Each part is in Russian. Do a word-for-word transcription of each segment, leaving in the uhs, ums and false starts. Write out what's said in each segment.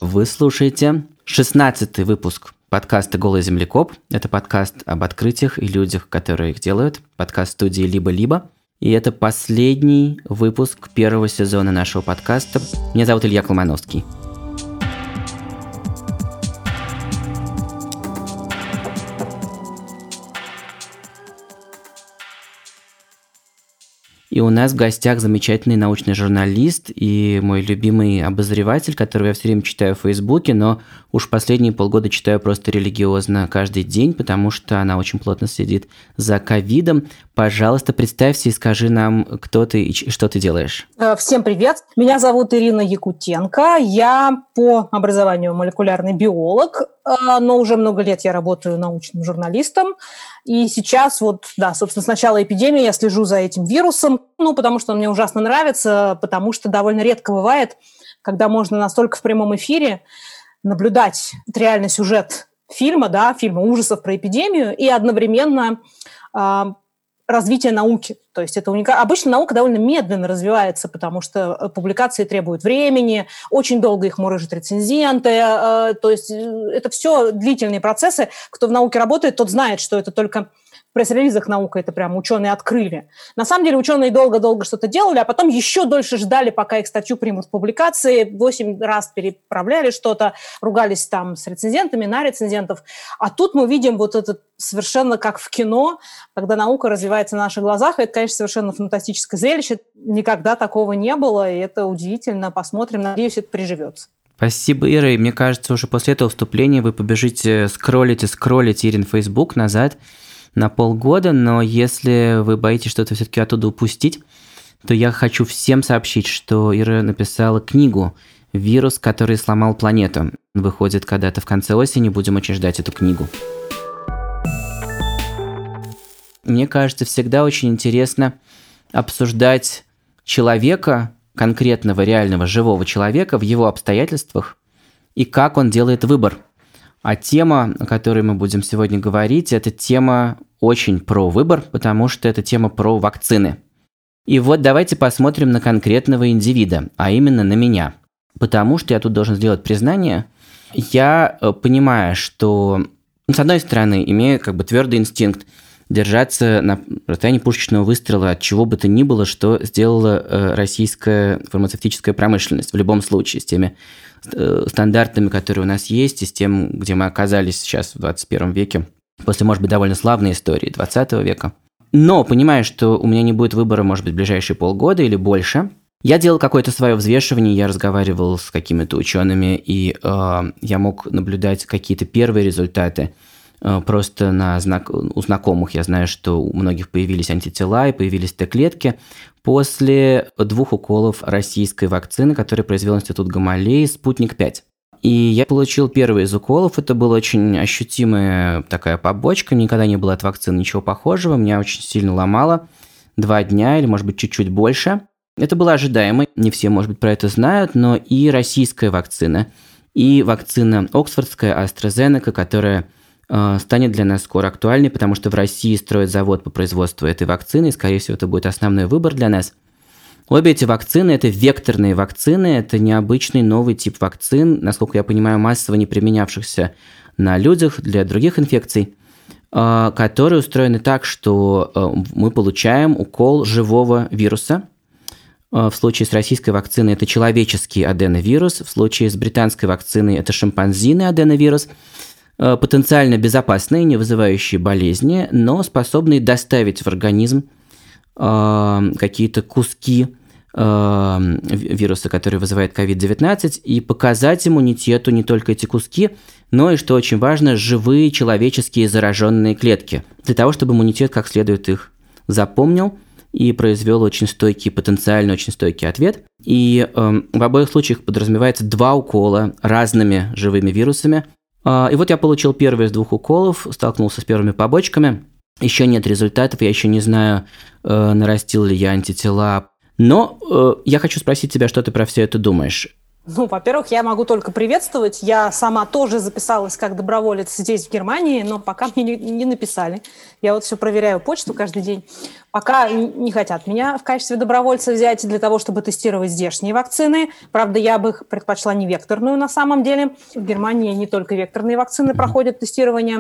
Вы слушаете шестнадцатый выпуск подкаста «Голый землекоп». Это подкаст об открытиях и людях, которые их делают. Подкаст студии «Либо-либо». И это последний выпуск первого сезона нашего подкаста. Меня зовут Илья Колмановский. И у нас в гостях замечательный научный журналист и мой любимый обозреватель, которого я все время читаю в Фейсбуке, но уж последние полгода читаю просто религиозно каждый день, потому что она очень плотно следит за ковидом. Пожалуйста, представься и скажи нам, кто ты и что ты делаешь. Всем привет. Меня зовут Ирина Якутенко. Я по образованию молекулярный биолог, но уже много лет я работаю научным журналистом. И сейчас вот, да, собственно, с начала эпидемии я слежу за этим вирусом, ну, потому что он мне ужасно нравится, потому что довольно редко бывает, когда можно настолько в прямом эфире наблюдать реальный сюжет фильма, да, фильма ужасов про эпидемию и одновременно э, развитие науки. То есть это уникально. Обычно наука довольно медленно развивается, потому что публикации требуют времени, очень долго их мурыжат рецензенты. Э, то есть это все длительные процессы. Кто в науке работает, тот знает, что это только в пресс-релизах наука, это прям ученые открыли. На самом деле ученые долго-долго что-то делали, а потом еще дольше ждали, пока их статью примут в публикации, восемь раз переправляли что-то, ругались там с рецензентами, на рецензентов. А тут мы видим вот это совершенно как в кино, когда наука развивается на наших глазах. Это, конечно, совершенно фантастическое зрелище. Никогда такого не было, и это удивительно. Посмотрим, надеюсь, это приживется. Спасибо, Ира. И мне кажется, уже после этого вступления вы побежите скроллить и скроллить Ирин Facebook назад на полгода, но если вы боитесь что-то все-таки оттуда упустить, то я хочу всем сообщить, что Ира написала книгу «Вирус, который сломал планету». Выходит когда-то в конце осени, будем очень ждать эту книгу. Мне кажется, всегда очень интересно обсуждать человека, конкретного, реального, живого человека в его обстоятельствах и как он делает выбор. А тема, о которой мы будем сегодня говорить, это тема очень про выбор, потому что это тема про вакцины. И вот давайте посмотрим на конкретного индивида, а именно на меня. Потому что я тут должен сделать признание. Я понимаю, что, с одной стороны, имею как бы твердый инстинкт держаться на расстоянии пушечного выстрела от чего бы то ни было, что сделала российская фармацевтическая промышленность в любом случае с теми стандартами, которые у нас есть, и с тем, где мы оказались сейчас в двадцать первом веке, после, может быть, довольно славной истории двадцатого века. Но, понимая, что у меня не будет выбора, может быть, в ближайшие полгода или больше, я делал какое-то свое взвешивание, я разговаривал с какими-то учеными, и э, я мог наблюдать какие-то первые результаты. Э, просто на знак... у знакомых я знаю, что у многих появились антитела и появились Т-клетки после двух уколов российской вакцины, которую произвел Институт Гамалеи, «Спутник пять». И я получил первый из уколов, это была очень ощутимая такая побочка, никогда не было от вакцины ничего похожего, меня очень сильно ломало, два дня или, может быть, чуть-чуть больше. Это было ожидаемо, не все, может быть, про это знают, но и российская вакцина, и вакцина оксфордская, AstraZeneca, которая э, станет для нас скоро актуальной, потому что в России строят завод по производству этой вакцины, и, скорее всего, это будет основной выбор для нас. Обе эти вакцины – это векторные вакцины, это необычный новый тип вакцин, насколько я понимаю, массово не применявшихся на людях для других инфекций, которые устроены так, что мы получаем укол живого вируса. В случае с российской вакциной это человеческий аденовирус, в случае с британской вакциной это шимпанзиный аденовирус, потенциально безопасные, не вызывающие болезни, но способные доставить в организм какие-то куски э, вируса, который вызывает ковид девятнадцать, и показать иммунитету не только эти куски, но и, что очень важно, живые человеческие зараженные клетки, для того, чтобы иммунитет как следует их запомнил и произвел очень стойкий, потенциально очень стойкий ответ. И э, в обоих случаях подразумевается два укола разными живыми вирусами. Э, и вот я получил первый из двух уколов, столкнулся с первыми побочками. Еще нет результатов, я еще не знаю, э, нарастил ли я антитела. Но э, я хочу спросить тебя, что ты про все это думаешь. Ну, во-первых, я могу только приветствовать. Я сама тоже записалась как доброволец здесь, в Германии, но пока мне не, не написали. Я вот все проверяю почту каждый день. Пока не хотят меня в качестве добровольца взять для того, чтобы тестировать здешние вакцины. Правда, я бы предпочла не векторную на самом деле. В Германии не только векторные вакцины проходят тестирование.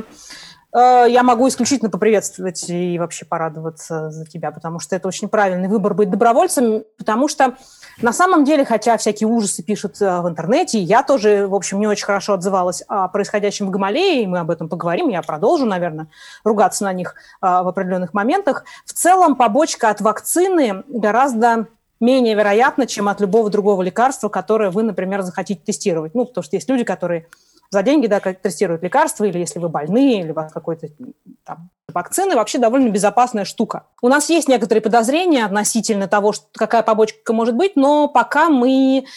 Я могу исключительно поприветствовать и вообще порадоваться за тебя, потому что это очень правильный выбор быть добровольцем, потому что на самом деле, хотя всякие ужасы пишут в интернете, я тоже, в общем, не очень хорошо отзывалась о происходящем в Гималее, и мы об этом поговорим, я продолжу, наверное, ругаться на них в определенных моментах. В целом побочка от вакцины гораздо менее вероятна, чем от любого другого лекарства, которое вы, например, захотите тестировать. Ну, потому что есть люди, которые за деньги, да, тестируют лекарства, или если вы больны, или у вас какой-то там вакцины, вообще довольно безопасная штука. У нас есть некоторые подозрения относительно того, что, какая побочка может быть, но пока мы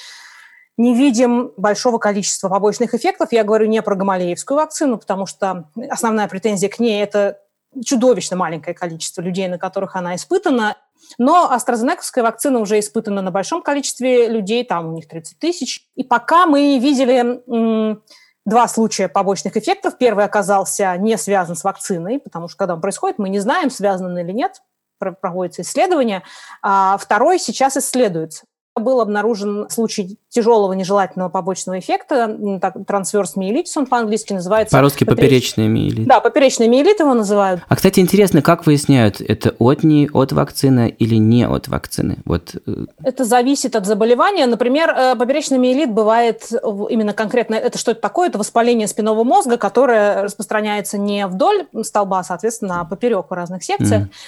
не видим большого количества побочных эффектов. Я говорю не про гамалеевскую вакцину, потому что основная претензия к ней – это чудовищно маленькое количество людей, на которых она испытана. Но AstraZeneca-ская вакцина уже испытана на большом количестве людей, там у них тридцать тысяч. И пока мы видели м- два случая побочных эффектов. Первый оказался не связан с вакциной, потому что когда он происходит, мы не знаем, связан он или нет, проводится исследование. А второй сейчас исследуется. Был обнаружен случай тяжелого нежелательного побочного эффекта, трансверс миелитис, он по-английски называется. По-русски поперечный миелит. Да, поперечный миелит его называют. А, кстати, интересно, как выясняют, это от, не от вакцины или не от вакцины? Вот. Это зависит от заболевания. Например, поперечный миелит бывает именно конкретно, это что это такое? Это воспаление спинного мозга, которое распространяется не вдоль столба, соответственно, а поперек в разных секциях. Mm.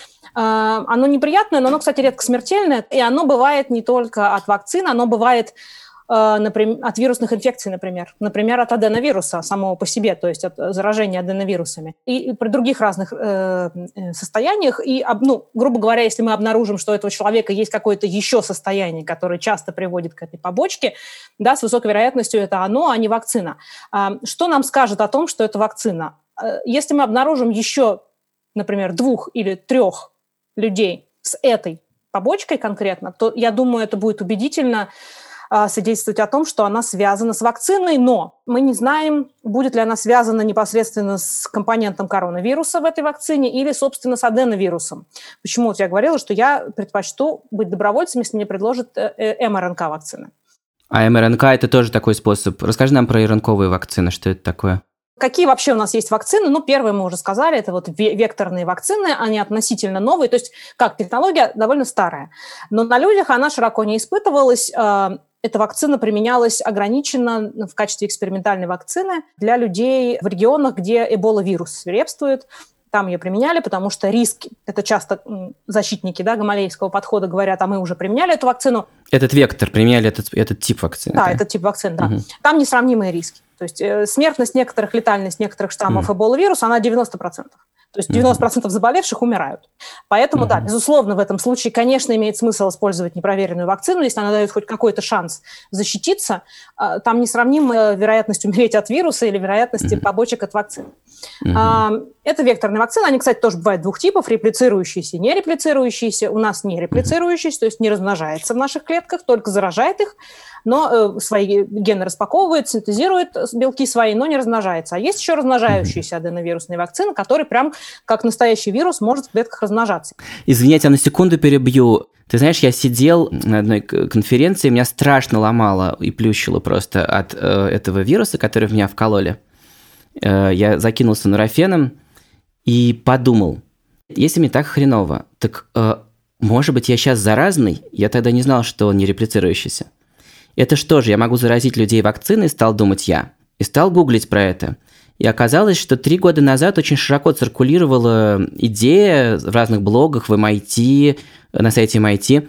Оно неприятное, но оно, кстати, редко смертельное, и оно бывает не только от вакцин, оно бывает например, от вирусных инфекций, например. Например, от аденовируса самого по себе, то есть от заражения аденовирусами. И, и при других разных э, состояниях. И, ну, грубо говоря, если мы обнаружим, что у этого человека есть какое-то еще состояние, которое часто приводит к этой побочке, да, с высокой вероятностью это оно, а не вакцина. А, что нам скажет о том, что это вакцина? Если мы обнаружим еще, например, двух или трех людей с этой побочкой конкретно, то, я думаю, это будет убедительно свидетельствовать о том, что она связана с вакциной, но мы не знаем, будет ли она связана непосредственно с компонентом коронавируса в этой вакцине или, собственно, с аденовирусом. Почему вот я говорила, что я предпочту быть добровольцем, если мне предложат эм эр эн ка-вакцины. А эм эр эн ка – это тоже такой способ. Расскажи нам про РНКовые вакцины, что это такое? Какие вообще у нас есть вакцины? Ну, первые мы уже сказали, это вот векторные вакцины, они относительно новые, то есть как технология довольно старая. Но на людях она широко не испытывалась. Эта вакцина применялась ограниченно в качестве экспериментальной вакцины для людей в регионах, где эбола-вирус свирепствует. Там ее применяли, потому что риски, это часто защитники, да, гамалеевского подхода говорят, а мы уже применяли эту вакцину. Этот вектор, применяли этот, этот тип вакцины. Да, да? этот тип вакцин, да. Угу. Там несравнимые риски. То есть э, смертность некоторых, летальность некоторых штаммов mm. эбола-вируса, она девяносто процентов. То есть девяносто процентов заболевших умирают. Поэтому, mm-hmm. да, безусловно, в этом случае, конечно, имеет смысл использовать непроверенную вакцину, если она дает хоть какой-то шанс защититься. Там несравнима вероятность умереть от вируса или вероятность mm-hmm. побочек от вакцины. Mm-hmm. Это векторные вакцины. Они, кстати, тоже бывают двух типов, реплицирующиеся и нереплицирующиеся. У нас не реплицирующиеся, mm-hmm. то есть не размножается в наших клетках, только заражает их, но э, свои гены распаковывает, синтезирует белки свои, но не размножается. А есть еще размножающиеся аденовирусные вакцины, которые прям как настоящий вирус может в клетках размножаться. Извини, я тебя на секунду перебью. Ты знаешь, я сидел на одной конференции, меня страшно ломало и плющило просто от э, этого вируса, который в меня вкололи. Э, я закинулся нурофеном и подумал, если мне так хреново, так, э, может быть, я сейчас заразный? Я тогда не знал, что он не реплицирующийся. Это что же, я могу заразить людей вакциной, стал думать я. И стал гуглить про это. И оказалось, что три года назад очень широко циркулировала идея в разных блогах, в эм ай ти, на сайте эм ай ти,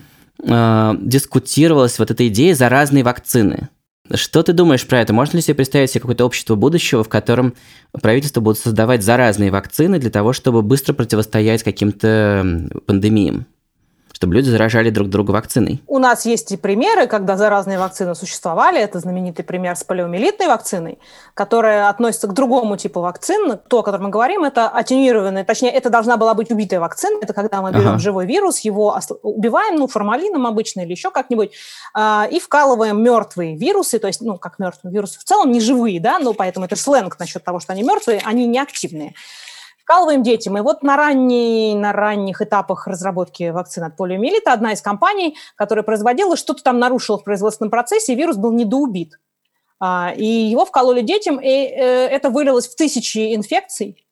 э, дискутировалась вот эта идея заразной вакцины. Что ты думаешь про это? Можно ли себе представить себе какое-то общество будущего, в котором правительство будет создавать заразные вакцины для того, чтобы быстро противостоять каким-то пандемиям? чтобы люди заражали друг друга вакциной. У нас есть и примеры, когда заразные вакцины существовали. Это знаменитый пример с полиомиелитной вакциной, которая относится к другому типу вакцин. То, о котором мы говорим, это аттенюированная, точнее, это должна была быть убитая вакцина. Это когда мы берем ага. живой вирус, его убиваем, ну, формалином обычно или еще как-нибудь, и вкалываем мертвые вирусы, то есть, ну, как мертвые вирусы в целом, не живые, да, ну, поэтому это сленг насчет того, что они мертвые, они не активные. Вкалываем детям. И вот на, ранней, на ранних этапах разработки вакцины от полиомиелита одна из компаний, которая производила, что-то там нарушила в производственном процессе, и вирус был недоубит. И его вкололи детям, и это вылилось в тысячи инфекций.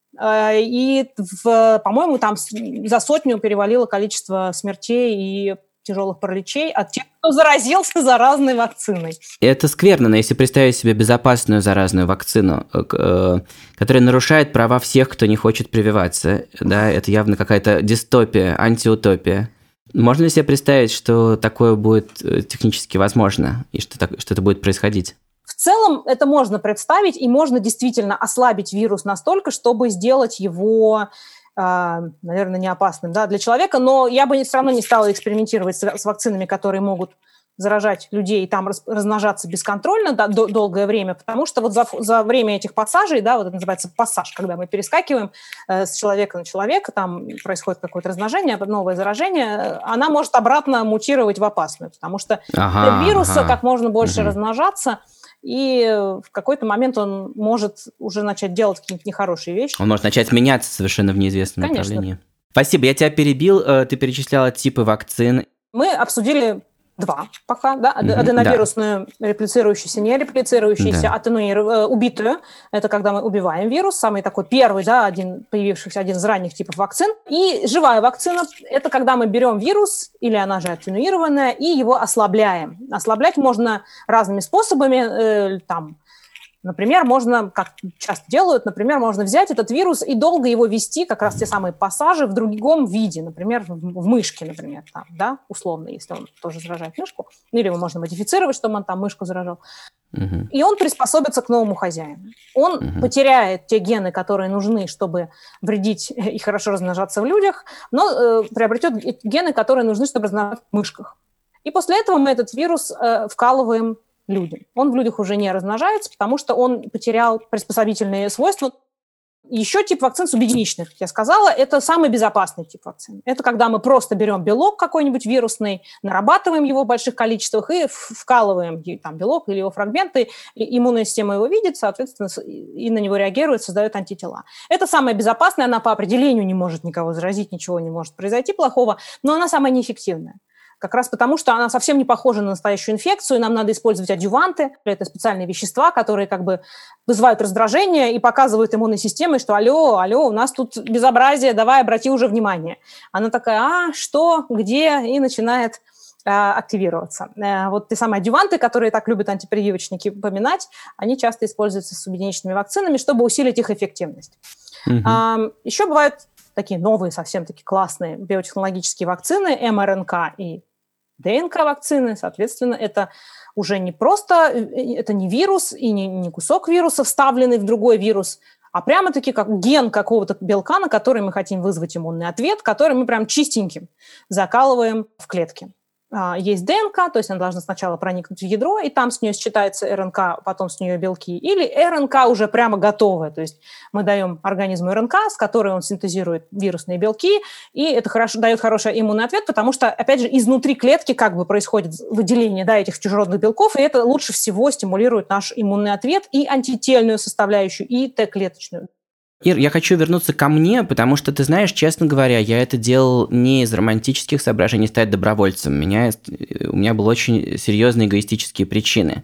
И, в, по-моему, там за сотню перевалило количество смертей и тяжелых параличей от тех, кто заразился заразной вакциной. Это скверно, но если представить себе безопасную заразную вакцину, которая нарушает права всех, кто не хочет прививаться, да, это явно какая-то дистопия, антиутопия. Можно ли себе представить, что такое будет технически возможно и что, так, что это будет происходить? В целом это можно представить, и можно действительно ослабить вирус настолько, чтобы сделать его, наверное, не опасным, да, для человека, но я бы все равно не стала экспериментировать с, с вакцинами, которые могут заражать людей и там раз, размножаться бесконтрольно да, до, долгое время, потому что вот за, за время этих пассажей, да, вот это называется пассаж, когда мы перескакиваем э, с человека на человека, там происходит какое-то размножение, новое заражение, она может обратно мутировать в опасную, потому что ага, для вируса ага. как можно больше угу. размножаться, и в какой-то момент он может уже начать делать какие-то нехорошие вещи. Он может начать меняться совершенно в неизвестном Конечно. направлении. Спасибо, я тебя перебил, ты перечисляла типы вакцин. Мы обсудили два пока, да, аденовирусную, да. реплицирующуюся, не реплицирующуюся, да. аттенуированную, убитую, это когда мы убиваем вирус, самый такой первый, да, один появившийся, один из ранних типов вакцин, и живая вакцина, это когда мы берем вирус, или она же аттенуированная, и его ослабляем. Ослаблять можно разными способами, э, там, например, можно, как часто делают, например, можно взять этот вирус и долго его вести, как раз те самые пассажи, в другом виде, например, в, в мышке, например, там, да, условно, если он тоже заражает мышку, или его можно модифицировать, чтобы он там мышку заражал. Uh-huh. И он приспособится к новому хозяину. Он uh-huh. потеряет те гены, которые нужны, чтобы вредить и хорошо размножаться в людях, но э, приобретет гены, которые нужны, чтобы размножаться в мышках. И после этого мы этот вирус э, вкалываем людям. Он в людях уже не размножается, потому что он потерял приспособительные свойства. Еще тип вакцин субъединичных, как я сказала, это самый безопасный тип вакцин. Это когда мы просто берем белок какой-нибудь вирусный, нарабатываем его в больших количествах и вкалываем там, белок или его фрагменты, и иммунная система его видит, соответственно, и на него реагирует, создает антитела. Это самая безопасная, она по определению не может никого заразить, ничего не может произойти плохого, но она самая неэффективная. Как раз потому, что она совсем не похожа на настоящую инфекцию, нам надо использовать адъюванты, это специальные вещества, которые как бы вызывают раздражение и показывают иммунной системе, что алло, алло, у нас тут безобразие, давай обрати уже внимание. Она такая, а, что, где, и начинает э, активироваться. Э, вот те самые адъюванты, которые так любят антипрививочники поминать, они часто используются с субъединичными вакцинами, чтобы усилить их эффективность. Угу. А, еще бывают такие новые, совсем такие классные биотехнологические вакцины, эм эр эн ка и дэ эн ка-вакцины. Соответственно, это уже не просто, это не вирус и не, не кусок вируса, вставленный в другой вирус, а прямо-таки как ген какого-то белка, на который мы хотим вызвать иммунный ответ, который мы прям чистеньким закалываем в клетки. Есть дэ эн ка, то есть она должна сначала проникнуть в ядро, и там с нее считается эр эн ка, потом с нее белки. Или эр эн ка уже прямо готовая, то есть мы даем организму эр эн ка, с которой он синтезирует вирусные белки, и это хорошо, дает хороший иммунный ответ, потому что, опять же, изнутри клетки как бы происходит выделение, да, этих чужеродных белков, и это лучше всего стимулирует наш иммунный ответ и антительную составляющую, и Т-клеточную. Ир, я хочу вернуться ко мне, потому что, ты знаешь, честно говоря, я это делал не из романтических соображений стать добровольцем. Меня, у меня были очень серьезные эгоистические причины.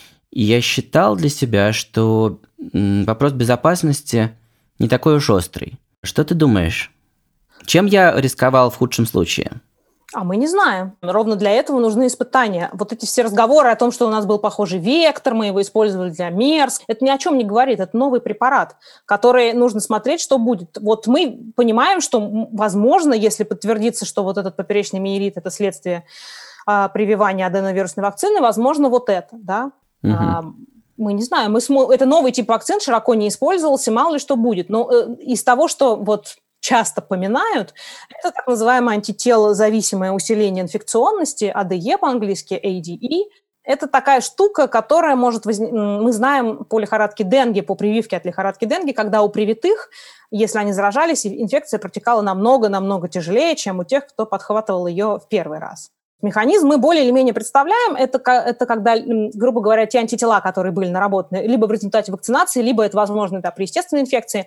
И я считал для себя, что вопрос безопасности не такой уж острый. Что ты думаешь? Чем я рисковал в худшем случае? А мы не знаем. Ровно для этого нужны испытания. Вот эти все разговоры о том, что у нас был похожий вектор, мы его использовали для мерс, это ни о чем не говорит. Это новый препарат, который нужно смотреть, что будет. Вот мы понимаем, что, возможно, если подтвердится, что вот этот поперечный миелит – это следствие а, прививания аденовирусной вакцины, возможно, вот это, да. Угу. А, мы не знаем. Мы смо... Это новый тип вакцин, широко не использовался, мало ли что будет. Но э, из того, что вот часто поминают, это так называемое антителозависимое усиление инфекционности, эй ди и по-английски, эй ди и. Это такая штука, которая может возникнуть... Мы знаем по лихорадке Денге, по прививке от лихорадки Денге, когда у привитых, если они заражались, инфекция протекала намного-намного тяжелее, чем у тех, кто подхватывал ее в первый раз. Механизм мы более или менее представляем. Это, это когда, грубо говоря, те антитела, которые были наработаны либо в результате вакцинации, либо это, возможно, да, при естественной инфекции,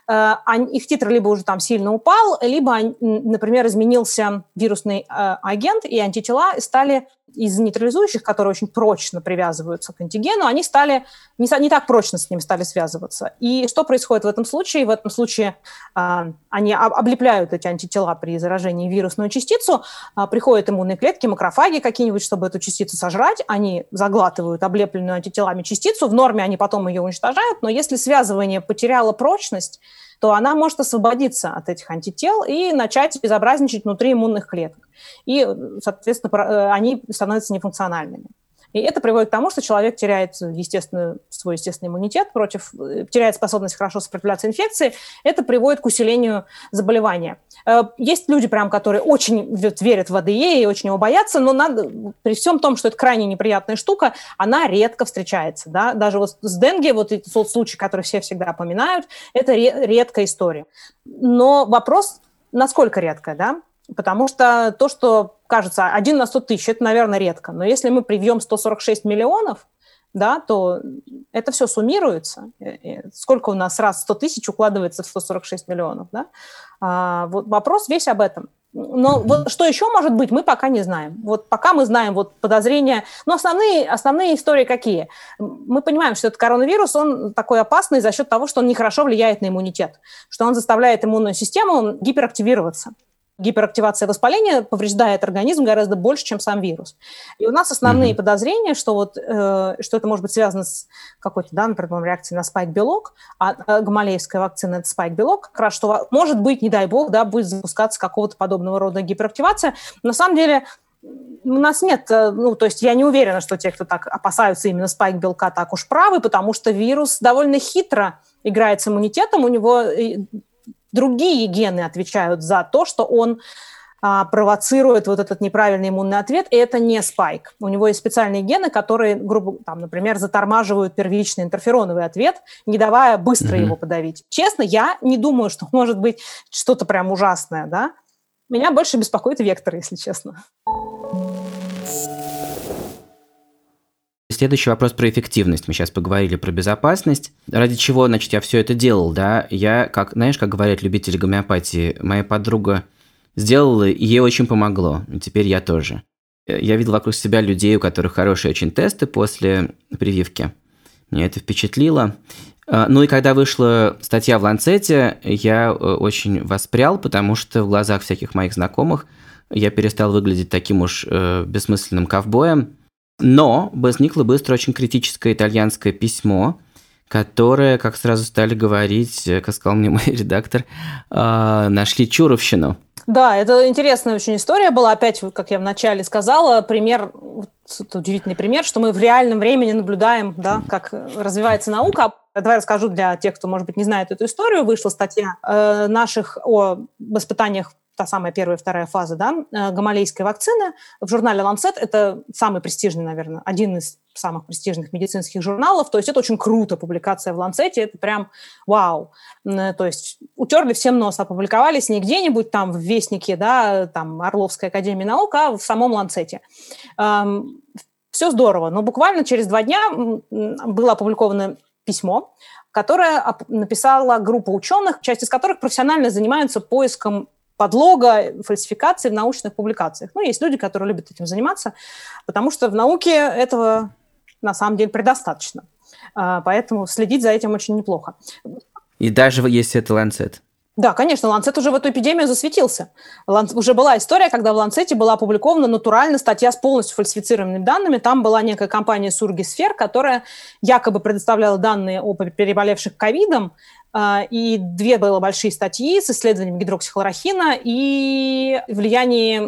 их титр либо уже там сильно упал, либо, например, изменился вирусный агент, и антитела стали из нейтрализующих, которые очень прочно привязываются к антигену, они стали не, не так прочно с ним стали связываться. И что происходит в этом случае? В этом случае а, они облепляют эти антитела при заражении вирусную частицу, а, приходят иммунные клетки, макрофаги какие-нибудь, чтобы эту частицу сожрать, они заглатывают облепленную антителами частицу, в норме они потом ее уничтожают, но если связывание потеряло прочность, то она может освободиться от этих антител и начать безобразничать внутри иммунных клеток. И, соответственно, они становятся нефункциональными. И это приводит к тому, что человек теряет естественную, свой естественный иммунитет, против, теряет способность хорошо сопротивляться инфекции. Это приводит к усилению заболевания. Есть люди, прям, которые очень верят в эй ди и и очень его боятся, но надо, при всем том, что это крайне неприятная штука, она редко встречается. Да? Даже вот с Денге, вот тот случай, который все всегда поминают, это редкая история. Но вопрос, насколько редкая, да? Потому что то, что кажется один на сто тысяч, это, наверное, редко. Но если мы привьем сто сорок шесть миллионов, да, то это все суммируется. Сколько у нас раз сто тысяч укладывается в сто сорок шесть миллионов? Да? А, вот вопрос весь об этом. Но вот что еще может быть, мы пока не знаем. Вот пока мы знаем вот подозрения. Но основные, основные истории какие? Мы понимаем, что этот коронавирус, он такой опасный за счет того, что он нехорошо влияет на иммунитет, что он заставляет иммунную систему гиперактивироваться. Гиперактивация воспаления повреждает организм гораздо больше, чем сам вирус. И у нас основные mm-hmm. подозрения, что, вот, э, что это может быть связано с какой-то, да, например, реакцией на спайк-белок, а гамалеевская вакцина – это спайк-белок, как раз что, может быть, не дай бог, да, будет запускаться какого-то подобного рода гиперактивация. На самом деле у нас нет, ну, то есть я не уверена, что те, кто так опасаются именно спайк-белка, так уж правы, потому что вирус довольно хитро играет с иммунитетом, у него... Другие гены отвечают за то, что он а, провоцирует вот этот неправильный иммунный ответ, и это не спайк. У него есть специальные гены, которые, грубо, там, например, затормаживают первичный интерфероновый ответ, не давая быстро mm-hmm. его подавить. Честно, я не думаю, что может быть что-то прям ужасное, да? Меня больше беспокоит вектор, если честно. Следующий вопрос про эффективность. Мы сейчас поговорили про безопасность. Ради чего, значит, я все это делал, да? Я, как, знаешь, как говорят любители гомеопатии, моя подруга сделала, и ей очень помогло. И теперь я тоже. Я видел вокруг себя людей, у которых хорошие очень тесты после прививки. Меня это впечатлило. Ну и когда вышла статья в Ланцете, я очень воспрял, потому что в глазах всяких моих знакомых я перестал выглядеть таким уж э, бессмысленным ковбоем. Но возникло быстро очень критическое итальянское письмо, которое, как сразу стали говорить, как сказал мне мой редактор, э, нашли чуровщину. Да, это интересная очень история была. Опять, как я вначале сказала, пример, это удивительный пример, что мы в реальном времени наблюдаем, да, как развивается наука. Давай расскажу для тех, кто, может быть, не знает эту историю. Вышла статья э, наших о испытаниях, та самая первая и вторая фаза, да, гамалейской вакцины в журнале Lancet. Это самый престижный, наверное, один из самых престижных медицинских журналов. То есть это очень круто, публикация в Lancet. Это прям вау. То есть утерли всем нос, опубликовались не где-нибудь там в Вестнике, да, там Орловской академии наук, а в самом Lancet. Эм, все здорово. Но буквально через два дня было опубликовано письмо, которое написала группа ученых, часть из которых профессионально занимаются поиском подлога, фальсификации в научных публикациях. Ну, есть люди, которые любят этим заниматься, потому что в науке этого на самом деле предостаточно. Поэтому следить за этим очень неплохо. И даже если это Lancet? Да, конечно, Lancet уже в эту эпидемию засветился. Ланц... Уже была история, когда в Lancet была опубликована натурально статья с полностью фальсифицированными данными. Там была некая компания Surgisphere, которая якобы предоставляла данные о переболевших ковидом, и две было большие статьи с исследованием гидроксихлорохина и влиянии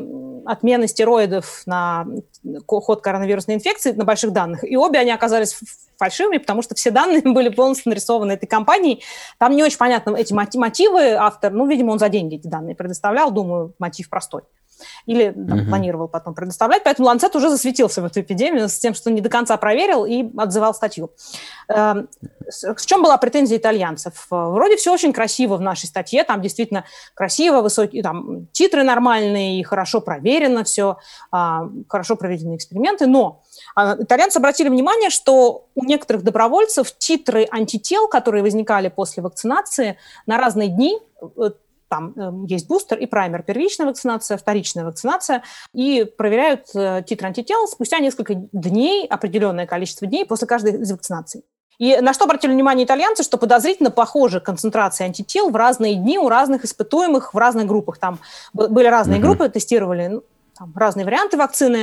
отмены стероидов на ход коронавирусной инфекции на больших данных. И обе они оказались фальшивыми, потому что все данные были полностью нарисованы этой компанией. Там не очень понятно эти мотивы автор. Ну, видимо, он за деньги эти данные предоставлял. Думаю, мотив простой. Или там, uh-huh. планировал потом предоставлять. Поэтому Lancet уже засветился в эту эпидемию с тем, что не до конца проверил и отзывал статью. В чем была претензия итальянцев? Вроде все очень красиво в нашей статье. Там действительно красиво, высокие там, титры нормальные, хорошо проверено все, хорошо проведены эксперименты. Но итальянцы обратили внимание, что у некоторых добровольцев титры антител, которые возникали после вакцинации, на разные дни, там есть бустер и праймер, первичная вакцинация, вторичная вакцинация, и проверяют титры антител спустя несколько дней, определенное количество дней после каждой из вакцинаций. И на что обратили внимание итальянцы, что подозрительно похожи концентрации антител в разные дни у разных испытуемых в разных группах. Там были разные mm-hmm. группы, тестировали там, разные варианты вакцины,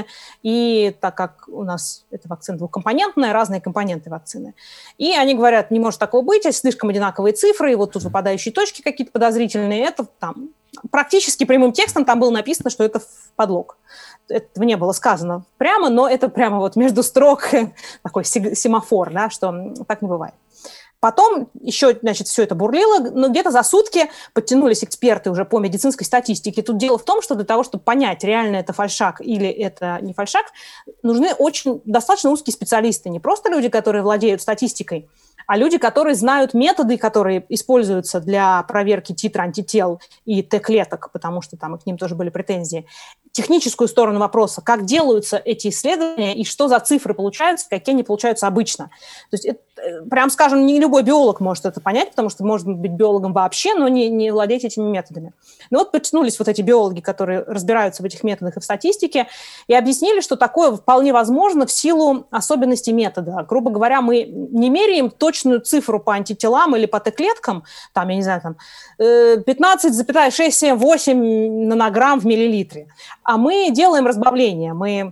и так как у нас эта вакцина двухкомпонентная, разные компоненты вакцины. И они говорят, не может такого быть, слишком одинаковые цифры, и вот тут выпадающие точки какие-то подозрительные. Это там практически прямым текстом там было написано, что это подлог. Этого не было сказано прямо, но это прямо вот между строк такой семафор, да, что так не бывает. Потом еще, значит, все это бурлило, но где-то за сутки подтянулись эксперты уже по медицинской статистике. Тут дело в том, что для того, чтобы понять, реально это фальшак или это не фальшак, нужны очень достаточно узкие специалисты, не просто люди, которые владеют статистикой, а люди, которые знают методы, которые используются для проверки титра антител и Т-клеток, потому что там к ним тоже были претензии, техническую сторону вопроса, как делаются эти исследования и что за цифры получаются, какие они получаются обычно. То есть, это, прям скажем, не любой биолог может это понять, потому что может быть биологом вообще, но не, не владеть этими методами. Но вот подтянулись вот эти биологи, которые разбираются в этих методах и в статистике, и объяснили, что такое вполне возможно в силу особенностей метода. Грубо говоря, мы не меряем точную цифру по антителам или по Т-клеткам, там, я не знаю, там, пятнадцать целых шесть семь восемь нанограмм в миллилитре, а мы делаем разбавление. Мы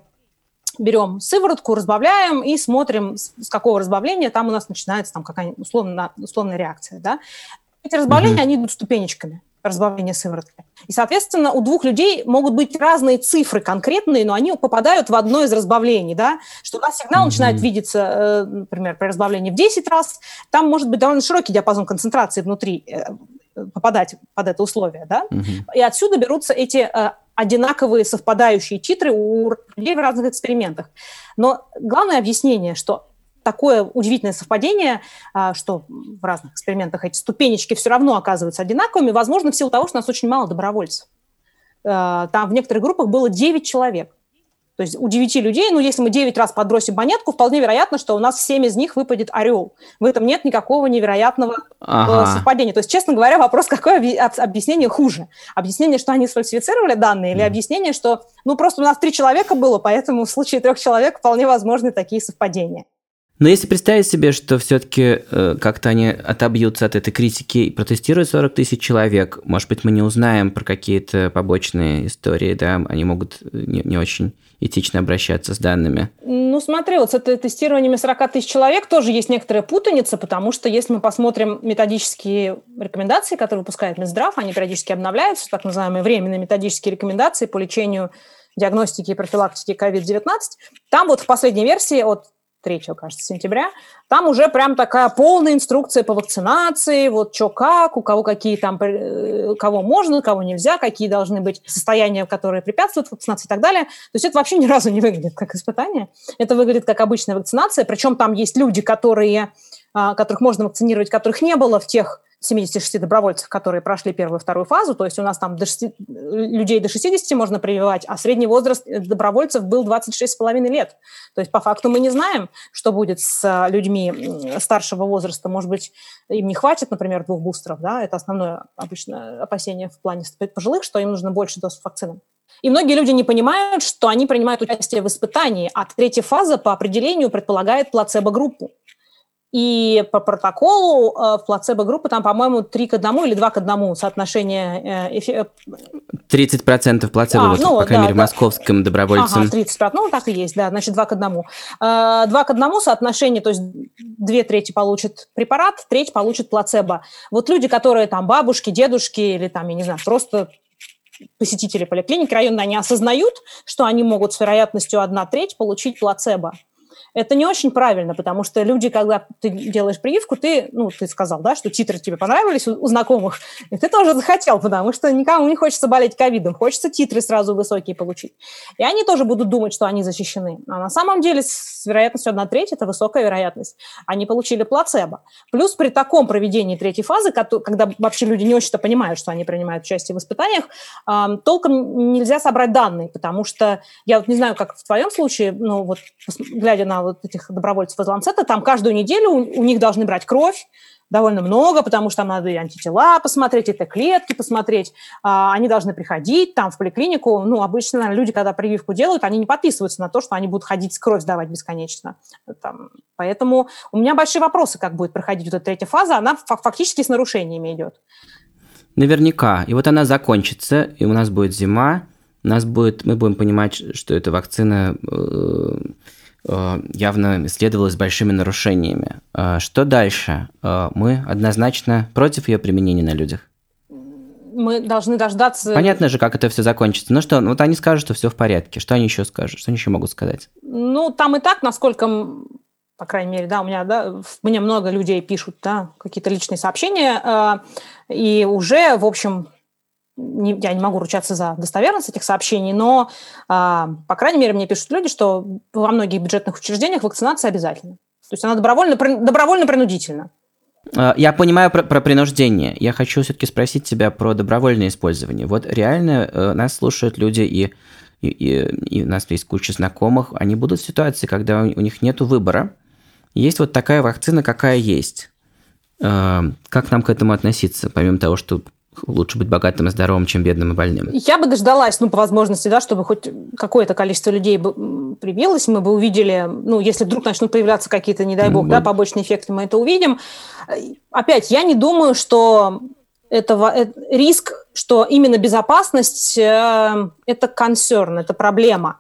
берем сыворотку, разбавляем и смотрим, с какого разбавления там у нас начинается там какая-нибудь условно, условная реакция. Да? Эти разбавления, mm-hmm. они идут ступенечками, разбавления сыворотки. И, соответственно, у двух людей могут быть разные цифры конкретные, но они попадают в одно из разбавлений. Да? Что у нас сигнал mm-hmm. начинает видеться, например, при разбавлении в десять раз. Там может быть довольно широкий диапазон концентрации внутри, попадать под это условие. Да? Mm-hmm. И отсюда берутся эти одинаковые совпадающие титры у людей в разных экспериментах. Но главное объяснение, что такое удивительное совпадение, что в разных экспериментах эти ступенечки все равно оказываются одинаковыми, возможно, в силу того, что у нас очень мало добровольцев. Там в некоторых группах было девять человек. То есть у девяти людей, ну, если мы девять раз подбросим монетку, вполне вероятно, что у нас в семь из них выпадет орел. В этом нет никакого невероятного ага. совпадения. То есть, честно говоря, вопрос, какое объяснение хуже? Объяснение, что они сфальсифицировали данные, или объяснение, что, ну, просто у нас три человека было, поэтому в случае трех человек вполне возможны такие совпадения. Но если представить себе, что все-таки э, как-то они отобьются от этой критики и протестируют сорок тысяч человек, может быть, мы не узнаем про какие-то побочные истории, да, они могут не, не очень этично обращаться с данными. Ну, смотри, вот с этой тестированиями сорок тысяч человек тоже есть некоторая путаница, потому что если мы посмотрим методические рекомендации, которые выпускает Минздрав, они периодически обновляются, так называемые временные методические рекомендации по лечению, диагностике и профилактике ковид девятнадцать, там вот в последней версии от третьего, кажется, сентября, там уже прям такая полная инструкция по вакцинации, вот что как, у кого какие там, кого можно, кого нельзя, какие должны быть состояния, которые препятствуют вакцинации и так далее. То есть это вообще ни разу не выглядит как испытание. Это выглядит как обычная вакцинация, причем там есть люди, которые, которых можно вакцинировать, которых не было в тех семьдесят шесть добровольцев, которые прошли первую и вторую фазу, то есть у нас там до шестидесяти, людей до шестидесяти можно прививать, а средний возраст добровольцев был двадцать шесть с половиной лет. То есть по факту мы не знаем, что будет с людьми старшего возраста. Может быть, им не хватит, например, двух бустеров, да, это основное обычно опасение в плане пожилых, что им нужно больше доз вакцины. И многие люди не понимают, что они принимают участие в испытании, а третья фаза по определению предполагает плацебо-группу. И по протоколу э, в плацебо-группы там, по-моему, три к одному или два к одному соотношение... Э, эфи... тридцать процентов плацебо, а, вот, ну, по крайней да, мере, да. московским добровольцам. Ага, тридцать процентов, ну, так и есть, да, значит, два к одному. Э, два к одному соотношение, то есть две трети получат препарат, треть получат плацебо. Вот люди, которые там бабушки, дедушки или там, я не знаю, просто посетители поликлиники районной, они осознают, что они могут с вероятностью одна треть получить плацебо. Это не очень правильно, потому что люди, когда ты делаешь прививку, ты, ну, ты сказал, да, что титры тебе понравились у, у знакомых, и ты тоже захотел, потому что никому не хочется болеть ковидом, хочется титры сразу высокие получить. И они тоже будут думать, что они защищены. А на самом деле с вероятностью одна треть это высокая вероятность. Они получили плацебо. Плюс при таком проведении третьей фазы, когда вообще люди не очень-то понимают, что они принимают участие в испытаниях, толком нельзя собрать данные, потому что я вот не знаю, как в твоем случае, ну вот глядя на вот этих добровольцев из Ланцета, там каждую неделю у, у них должны брать кровь, довольно много, потому что там надо и антитела посмотреть, и Т-клетки посмотреть. А, они должны приходить там в поликлинику. Ну, обычно, наверное, люди, когда прививку делают, они не подписываются на то, что они будут ходить кровь сдавать бесконечно. Там, поэтому у меня большие вопросы, как будет проходить вот эта третья фаза. Она фактически с нарушениями идет. Наверняка. И вот она закончится, и у нас будет зима, у нас будет, мы будем понимать, что эта вакцина явно исследовалась с большими нарушениями. Что дальше? Мы однозначно против ее применения на людях. Мы должны дождаться... Понятно же, как это все закончится. Ну что, вот они скажут, что все в порядке. Что они еще скажут? Что они еще могут сказать? Ну, там и так, насколько, по крайней мере, да, у меня, да, мне много людей пишут, да, какие-то личные сообщения, и уже, в общем... Не, я не могу ручаться за достоверность этих сообщений, но, а, по крайней мере, мне пишут люди, что во многих бюджетных учреждениях вакцинация обязательна. То есть она добровольно, добровольно-принудительна. Я понимаю про, про принуждение. Я хочу все-таки спросить тебя про добровольное использование. Вот реально нас слушают люди, и, и, и, и у нас есть куча знакомых. Они будут в ситуации, когда у них нет выбора. Есть вот такая вакцина, какая есть. Как нам к этому относиться, помимо того, что лучше быть богатым и здоровым, чем бедным и больным? Я бы дождалась, ну, по возможности, да, чтобы хоть какое-то количество людей бы привилось, мы бы увидели, ну, если вдруг начнут появляться какие-то, не дай бог, mm-hmm. да, побочные эффекты, мы это увидим. Опять, я не думаю, что это, это риск, что именно безопасность э, – это консерн, это проблема.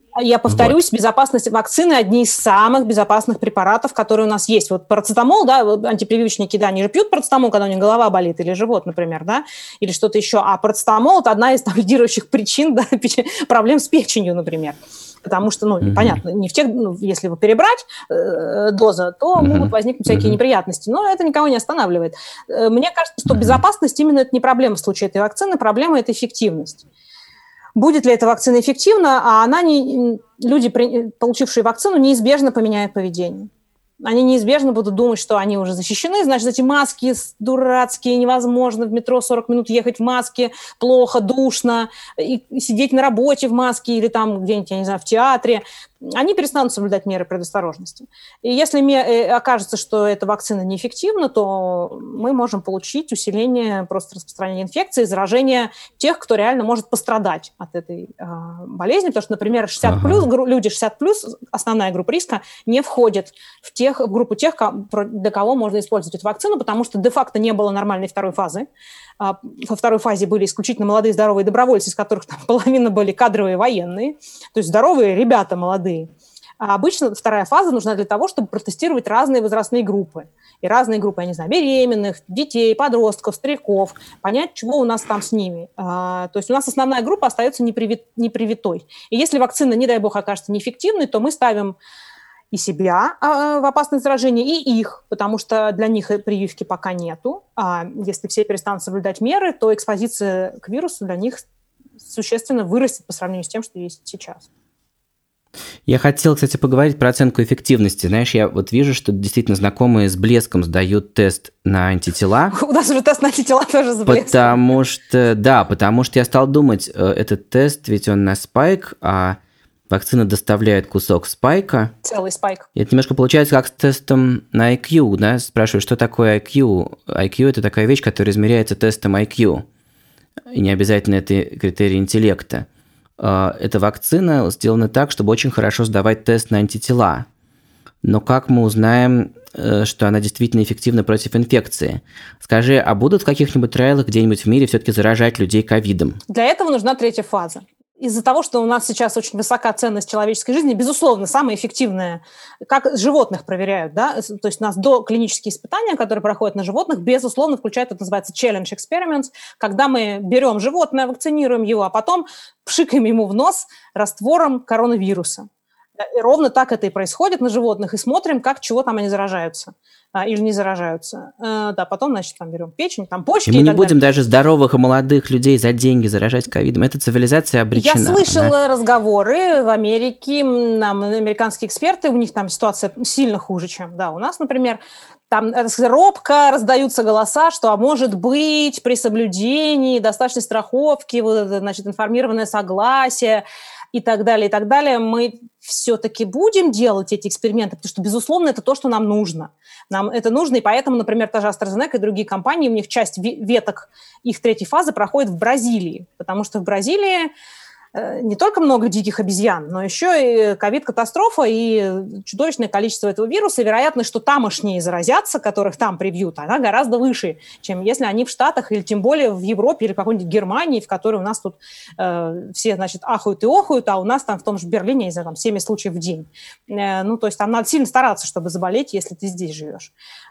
Я повторюсь, вот. Безопасность вакцины – одни из самых безопасных препаратов, которые у нас есть. Вот парацетамол, да, антипрививочники, да, они же пьют парацетамол, когда у них голова болит, или живот, например, да, или что-то еще. А парацетамол – это одна из там, лидирующих причин, да, проблем с печенью, например. Потому что, ну, mm-hmm. понятно, не в тех, ну, если его перебрать э, доза, то mm-hmm. могут возникнуть всякие mm-hmm. неприятности. Но это никого не останавливает. Э, мне кажется, что mm-hmm. безопасность именно это не проблема в случае этой вакцины, проблема – это эффективность. Будет ли эта вакцина эффективна, а она не, люди, получившие вакцину, неизбежно поменяют поведение. Они неизбежно будут думать, что они уже защищены, значит, эти маски дурацкие, невозможно в метро сорок минут ехать в маске, плохо, душно, и сидеть на работе в маске или там где-нибудь, я не знаю, в театре. Они перестанут соблюдать меры предосторожности. И если окажется, что эта вакцина неэффективна, то мы можем получить усиление просто распространения инфекции, заражение тех, кто реально может пострадать от этой э, болезни, потому что, например, шестьдесят плюс, ага. люди шестьдесят плюс, основная группа риска, не входит в, тех, в группу тех, для кого можно использовать эту вакцину, потому что де-факто не было нормальной второй фазы. Во второй фазе были исключительно молодые здоровые добровольцы, из которых там половина были кадровые военные, то есть здоровые ребята молодые. А обычно вторая фаза нужна для того, чтобы протестировать разные возрастные группы. И разные группы, я не знаю, беременных, детей, подростков, стариков, понять, чего у нас там с ними. А, то есть у нас основная группа остается непривит, непривитой. И если вакцина, не дай бог, окажется неэффективной, то мы ставим и себя а, в опасное заражение, и их, потому что для них прививки пока нету. А если все перестанут соблюдать меры, то экспозиция к вирусу для них существенно вырастет по сравнению с тем, что есть сейчас. Я хотел, кстати, поговорить про оценку эффективности. Знаешь, я вот вижу, что действительно знакомые с блеском сдают тест на антитела. У нас уже тест на антитела тоже с блеском. Потому что, да, потому что я стал думать, этот тест, ведь он на спайк, а вакцина доставляет кусок спайка. Целый спайк. И это немножко получается как с тестом на ай кью, да? Спрашиваю, что такое ай кью? ай кью – это такая вещь, которая измеряется тестом ай кью. И не обязательно это критерий интеллекта. Эта вакцина сделана так, чтобы очень хорошо сдавать тест на антитела. Но как мы узнаем, что она действительно эффективна против инфекции? Скажи, а будут в каких-нибудь трайлах где-нибудь в мире все-таки заражать людей ковидом? Для этого нужна третья фаза. из-за того, что у нас сейчас очень высока ценность человеческой жизни, безусловно, самое эффективное, как животных проверяют, да, то есть у нас доклинические испытания, которые проходят на животных, безусловно, включают, это называется challenge experiments, когда мы берем животное, вакцинируем его, а потом пшикаем ему в нос раствором коронавируса. И ровно так это и происходит на животных, и смотрим, как, чего там они заражаются а, или не заражаются. А, да, потом, значит, там берем печень, там почки. И мы и не так будем далее. даже здоровых и молодых людей за деньги заражать ковидом. Эта цивилизация обречена. Я слышала да? разговоры в Америке, нам, американские эксперты, у них там ситуация сильно хуже, чем да, у нас, например. Там робко раздаются голоса, что, а может быть, при соблюдении достаточной страховки, вот это, значит, информированное согласие, и так далее, и так далее, мы все-таки будем делать эти эксперименты, потому что, безусловно, это то, что нам нужно. Нам это нужно, и поэтому, например, та же AstraZeneca и другие компании, у них часть веток их третьей фазы проходит в Бразилии, потому что в Бразилии не только много диких обезьян, но еще и ковид-катастрофа и чудовищное количество этого вируса, и вероятность, что тамошние заразятся, которых там привьют, она гораздо выше, чем если они в Штатах или тем более в Европе или какой-нибудь Германии, в которой у нас тут э, все, значит, ахают и охают, а у нас там в том же Берлине, не знаю, там семьдесят случаев в день. Э, ну, то есть там надо сильно стараться, чтобы заболеть, если ты здесь живешь.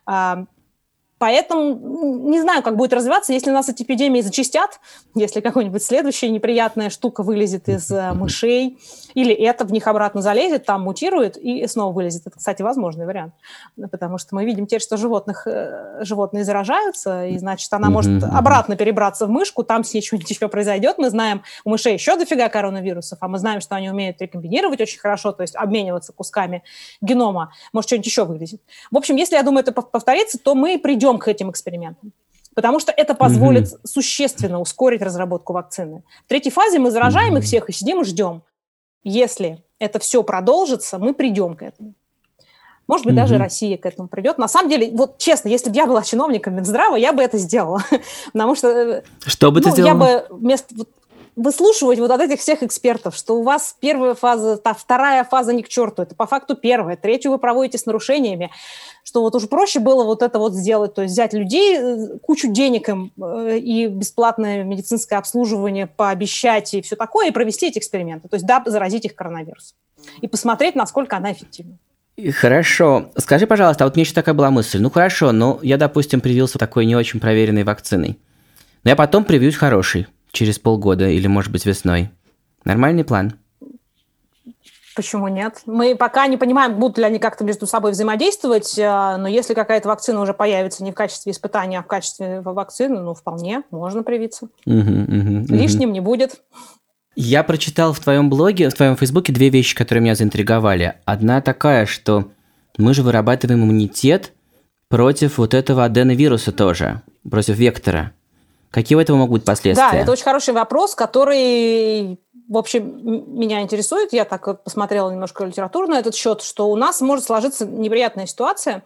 Поэтому не знаю, как будет развиваться, если у нас эти эпидемии зачастят, если какая-нибудь следующая неприятная штука вылезет из э, мышей, или это в них обратно залезет, там мутирует и снова вылезет. Это, кстати, возможный вариант, потому что мы видим теперь, что животных, э, животные заражаются, и, значит, она может обратно перебраться в мышку, там с ней что-нибудь еще произойдет. Мы знаем, у мышей еще дофига коронавирусов, а мы знаем, что они умеют рекомбинировать очень хорошо, то есть обмениваться кусками генома. Может, что-нибудь еще вылезет. В общем, если, я думаю, это повторится, то мы придем к этим экспериментам, потому что это позволит mm-hmm. существенно ускорить разработку вакцины. В третьей фазе мы заражаем mm-hmm. их всех и сидим и ждем. Если это все продолжится, мы придем к этому. Может быть, mm-hmm. даже Россия к этому придет. На самом деле, вот честно, если бы я была чиновником Минздрава, я бы это сделала. Потому что... Что бы ну, ты сделала? Я бы вместо... выслушивать вот от этих всех экспертов, что у вас первая фаза, та вторая фаза ни к черту, это по факту первая, третью вы проводите с нарушениями, что вот уже проще было вот это вот сделать, то есть взять людей, кучу денег им и бесплатное медицинское обслуживание пообещать и все такое, и провести эти эксперименты, то есть да, заразить их коронавирусом и посмотреть, насколько она эффективна. Хорошо. Скажи, пожалуйста, а вот мне еще такая была мысль. Ну хорошо, но я, допустим, привился такой не очень проверенной вакциной, но я потом привьюсь хорошей. Через полгода или, может быть, весной. Нормальный план? Почему нет? Мы пока не понимаем, будут ли они как-то между собой взаимодействовать, но если какая-то вакцина уже появится не в качестве испытания, а в качестве вакцины, ну, вполне можно привиться. Угу, угу, Лишним угу. не будет. Я прочитал в твоем блоге, в твоем фейсбуке две вещи, которые меня заинтриговали. Одна такая, что мы же вырабатываем иммунитет против вот этого аденовируса тоже, против вектора. Какие у этого могут быть последствия? Да, это очень хороший вопрос, который, в общем, меня интересует. Я так посмотрела немножко литературу на этот счет, что у нас может сложиться неприятная ситуация.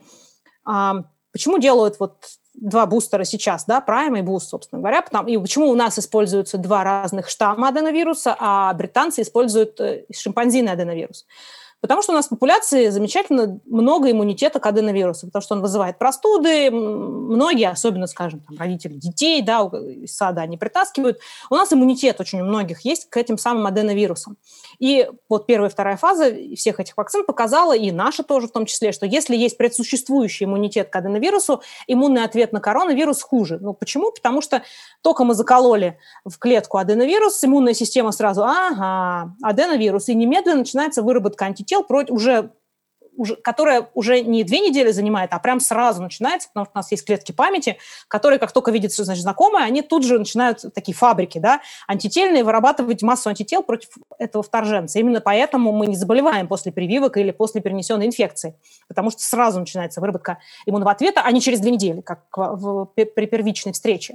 Почему делают вот два бустера сейчас, да, Prime и Boost, собственно говоря, потому, и почему у нас используются два разных штамма аденовируса, а британцы используют шимпанзиный аденовирус? Потому что у нас в популяции замечательно много иммунитета к аденовирусу, потому что он вызывает простуды, многие, особенно, скажем, там, родители детей, да, из сада они притаскивают. У нас иммунитет очень у многих есть к этим самым аденовирусам. И вот первая и вторая фаза всех этих вакцин показала, и наша тоже в том числе, что если есть предсуществующий иммунитет к аденовирусу, иммунный ответ на коронавирус хуже. Ну, почему? Потому что только мы закололи в клетку аденовирус, иммунная система сразу, ага, аденовирус, и немедленно начинается выработка антител, против, уже, уже, которая уже не две недели занимает, а прям сразу начинается, потому что у нас есть клетки памяти, которые, как только видят, что значит знакомые, они тут же начинают, такие фабрики, да, антительные, вырабатывать массу антител против этого вторженца. Именно поэтому мы не заболеваем после прививок или после перенесенной инфекции, потому что сразу начинается выработка иммунного ответа, а не через две недели, как в, при первичной встрече.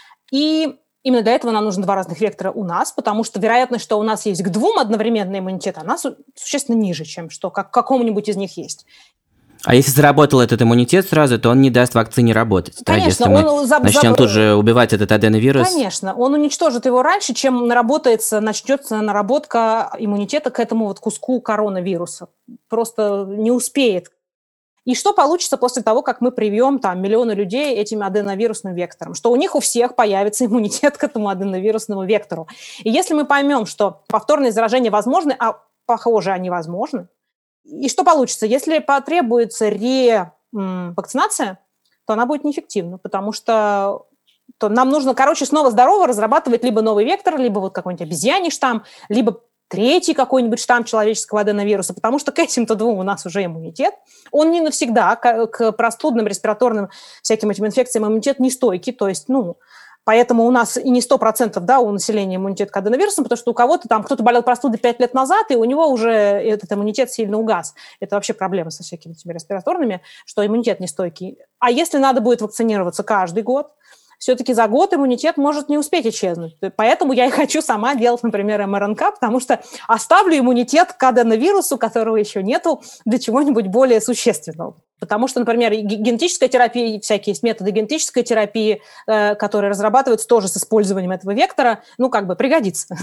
И именно для этого нам нужно два разных вектора у нас, потому что вероятность, что у нас есть к двум одновременно иммунитет, она существенно ниже, чем что как какому-нибудь из них есть. А если заработал этот иммунитет сразу, то он не даст вакцине работать. Конечно, да? Если он мы заб- начнем заб- тут же убивать этот аденовирус. Конечно, он уничтожит его раньше, чем наработается, начнется наработка иммунитета к этому вот куску коронавируса. Просто не успеет. И что получится после того, как мы привьем там миллионы людей этим аденовирусным вектором? Что у них у всех появится иммунитет к этому аденовирусному вектору. И если мы поймем, что повторные заражения возможны, а похоже, они возможны, и что получится? Если потребуется ревакцинация, то она будет неэффективна, потому что то нам нужно, короче, снова здорово разрабатывать либо новый вектор, либо вот какой-нибудь обезьяний штамм, либо третий какой-нибудь штамм человеческого аденовируса, потому что к этим-то двум у нас уже иммунитет. Он не навсегда, к, к простудным, респираторным всяким этим инфекциям иммунитет нестойкий, то есть, ну, поэтому у нас и не сто процентов, да, у населения иммунитет к аденовирусам, потому что у кого-то там, кто-то болел простудой пять лет назад, и у него уже этот иммунитет сильно угас. Это вообще проблема со всякими этими респираторными, что иммунитет нестойкий. А если надо будет вакцинироваться каждый год, все-таки за год иммунитет может не успеть исчезнуть. Поэтому я и хочу сама делать, например, эм эр эн ка, потому что оставлю иммунитет к аденовирусу, которого еще нету, для чего-нибудь более существенного. Потому что, например, генетическая терапия, всякие есть методы генетической терапии, э, которые разрабатываются тоже с использованием этого вектора, ну, как бы пригодится.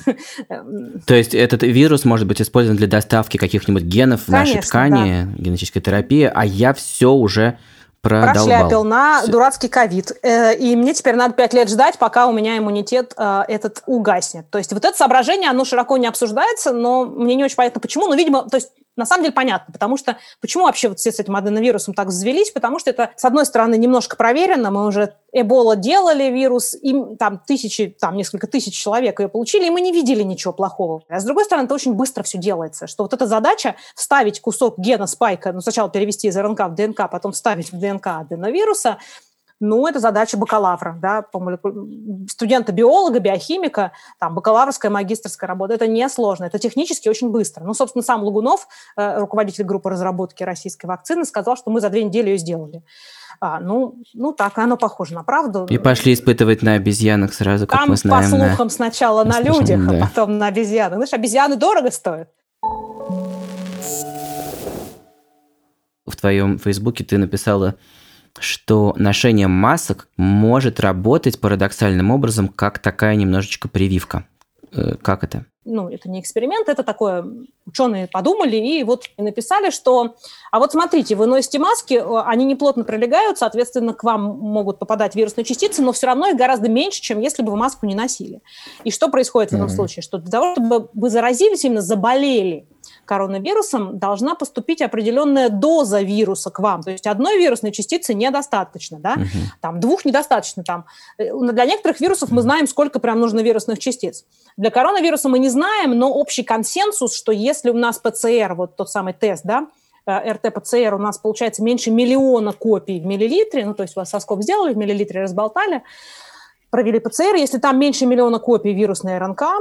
То есть этот вирус может быть использован для доставки каких-нибудь генов в Конечно, нашей ткани, да. Генетической терапии, а я все уже продолбал. Прошляпил на Все. Дурацкий ковид. И мне теперь надо пять лет ждать, пока у меня иммунитет этот угаснет. То есть вот это соображение, оно широко не обсуждается, но мне не очень понятно, почему. Но, видимо, то есть на самом деле понятно, потому что почему вообще вот все с этим аденовирусом так взвелись? Потому что это, с одной стороны, немножко проверено. Мы уже Эбола делали вирус, им там тысячи, там несколько тысяч человек ее получили, и мы не видели ничего плохого. А с другой стороны, это очень быстро все делается, что вот эта задача вставить кусок гена спайка, ну, сначала перевести из эр эн ка в дэ эн ка, потом вставить в дэ эн ка аденовируса, ну, это задача бакалавра, да, студента-биолога, биохимика, там, бакалаврская, магистерская работа. Это несложно, это технически очень быстро. Ну, собственно, сам Лагунов, руководитель группы разработки российской вакцины, сказал, что мы за две недели ее сделали. А, ну, ну, так, оно похоже на правду. И пошли испытывать на обезьянах сразу, как Там, мы знаем. Там, по слухам, на... сначала на людях, да. а потом на обезьянах. Знаешь, обезьяны дорого стоят. В твоем фейсбуке ты написала, что ношение масок может работать парадоксальным образом, как такая немножечко прививка. Как это? Ну, это не эксперимент, это такое, ученые подумали и вот написали, что, а вот смотрите, вы носите маски, они неплотно прилегают, соответственно, к вам могут попадать вирусные частицы, но все равно их гораздо меньше, чем если бы вы маску не носили. И что происходит в этом mm-hmm. случае? Что для того, чтобы вы заразились, именно заболели коронавирусом, должна поступить определенная доза вируса к вам. То есть одной вирусной частицы недостаточно, да? Uh-huh. Там двух недостаточно. Там. Для некоторых вирусов мы знаем, сколько прям нужно вирусных частиц. Для коронавируса мы не знаем, но общий консенсус, что если у нас пэ цэ эр, вот тот самый тест, да, эр тэ пэ цэ эр у нас получается меньше миллиона копий в миллилитре, ну то есть у вас соскоб сделали, в миллилитре разболтали, провели пэ цэ эр, если там меньше миллиона копий вирусной эр эн ка,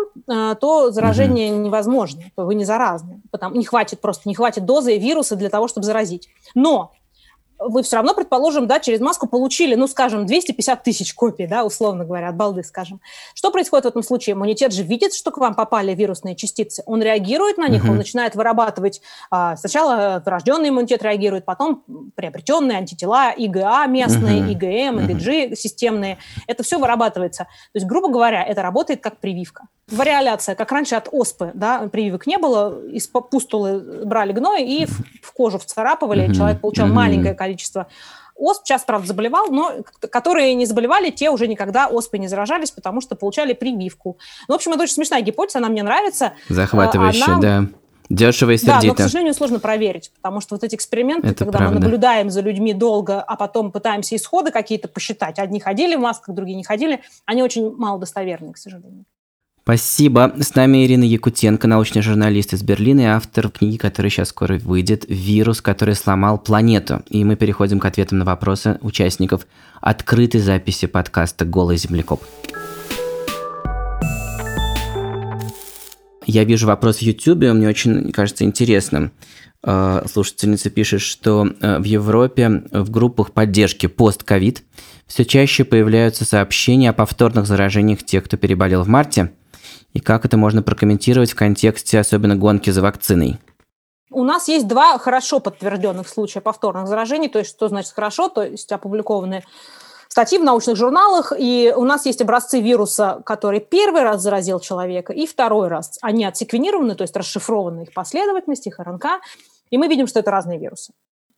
то заражение mm-hmm. невозможно, то вы не заразны. Потому, не хватит просто, не хватит дозы вируса для того, чтобы заразить. Но вы все равно, предположим, да, через маску получили, ну, скажем, двести пятьдесят тысяч копий, да, условно говоря, от балды, скажем. Что происходит в этом случае? Иммунитет же видит, что к вам попали вирусные частицы, он реагирует на них, mm-hmm. он начинает вырабатывать, а, сначала врожденный иммунитет реагирует, потом приобретенные антитела, и гэ а местные, mm-hmm. и гэ эм, и гэ джи системные. Это все вырабатывается. То есть, грубо говоря, это работает как прививка. Вариоляция, как раньше от оспы, да, прививок не было, из пустулы брали гной и в, в кожу вцарапывали, mm-hmm. человек получал mm-hmm. маленькое количество осп, сейчас, правда, заболевал, но которые не заболевали, те уже никогда оспой не заражались, потому что получали прививку. Ну, в общем, это очень смешная гипотеза, она мне нравится. Захватывающая, она... да. Дешево и сердито. Да, но, к сожалению, сложно проверить, потому что вот эти эксперименты, это когда правда. Мы наблюдаем за людьми долго, а потом пытаемся исходы какие-то посчитать, одни ходили в масках, другие не ходили, они очень малодостоверные, к сожалению. Спасибо. С нами Ирина Якутенко, научный журналист из Берлина и автор книги, которая сейчас скоро выйдет, «Вирус, который сломал планету». И мы переходим к ответам на вопросы участников открытой записи подкаста «Голый землекоп». Я вижу вопрос в Ютубе, мне очень кажется интересным. Слушательница пишет, что в Европе в группах поддержки пост-ковид все чаще появляются сообщения о повторных заражениях тех, кто переболел в марте. И как это можно прокомментировать в контексте особенно гонки за вакциной? У нас есть два хорошо подтвержденных случая повторных заражений. То есть, что значит хорошо? То есть, опубликованные статьи в научных журналах. И у нас есть образцы вируса, который первый раз заразил человека, и второй раз. Они отсеквенированы, то есть расшифрованы их последовательность, их эр эн ка. И мы видим, что это разные вирусы.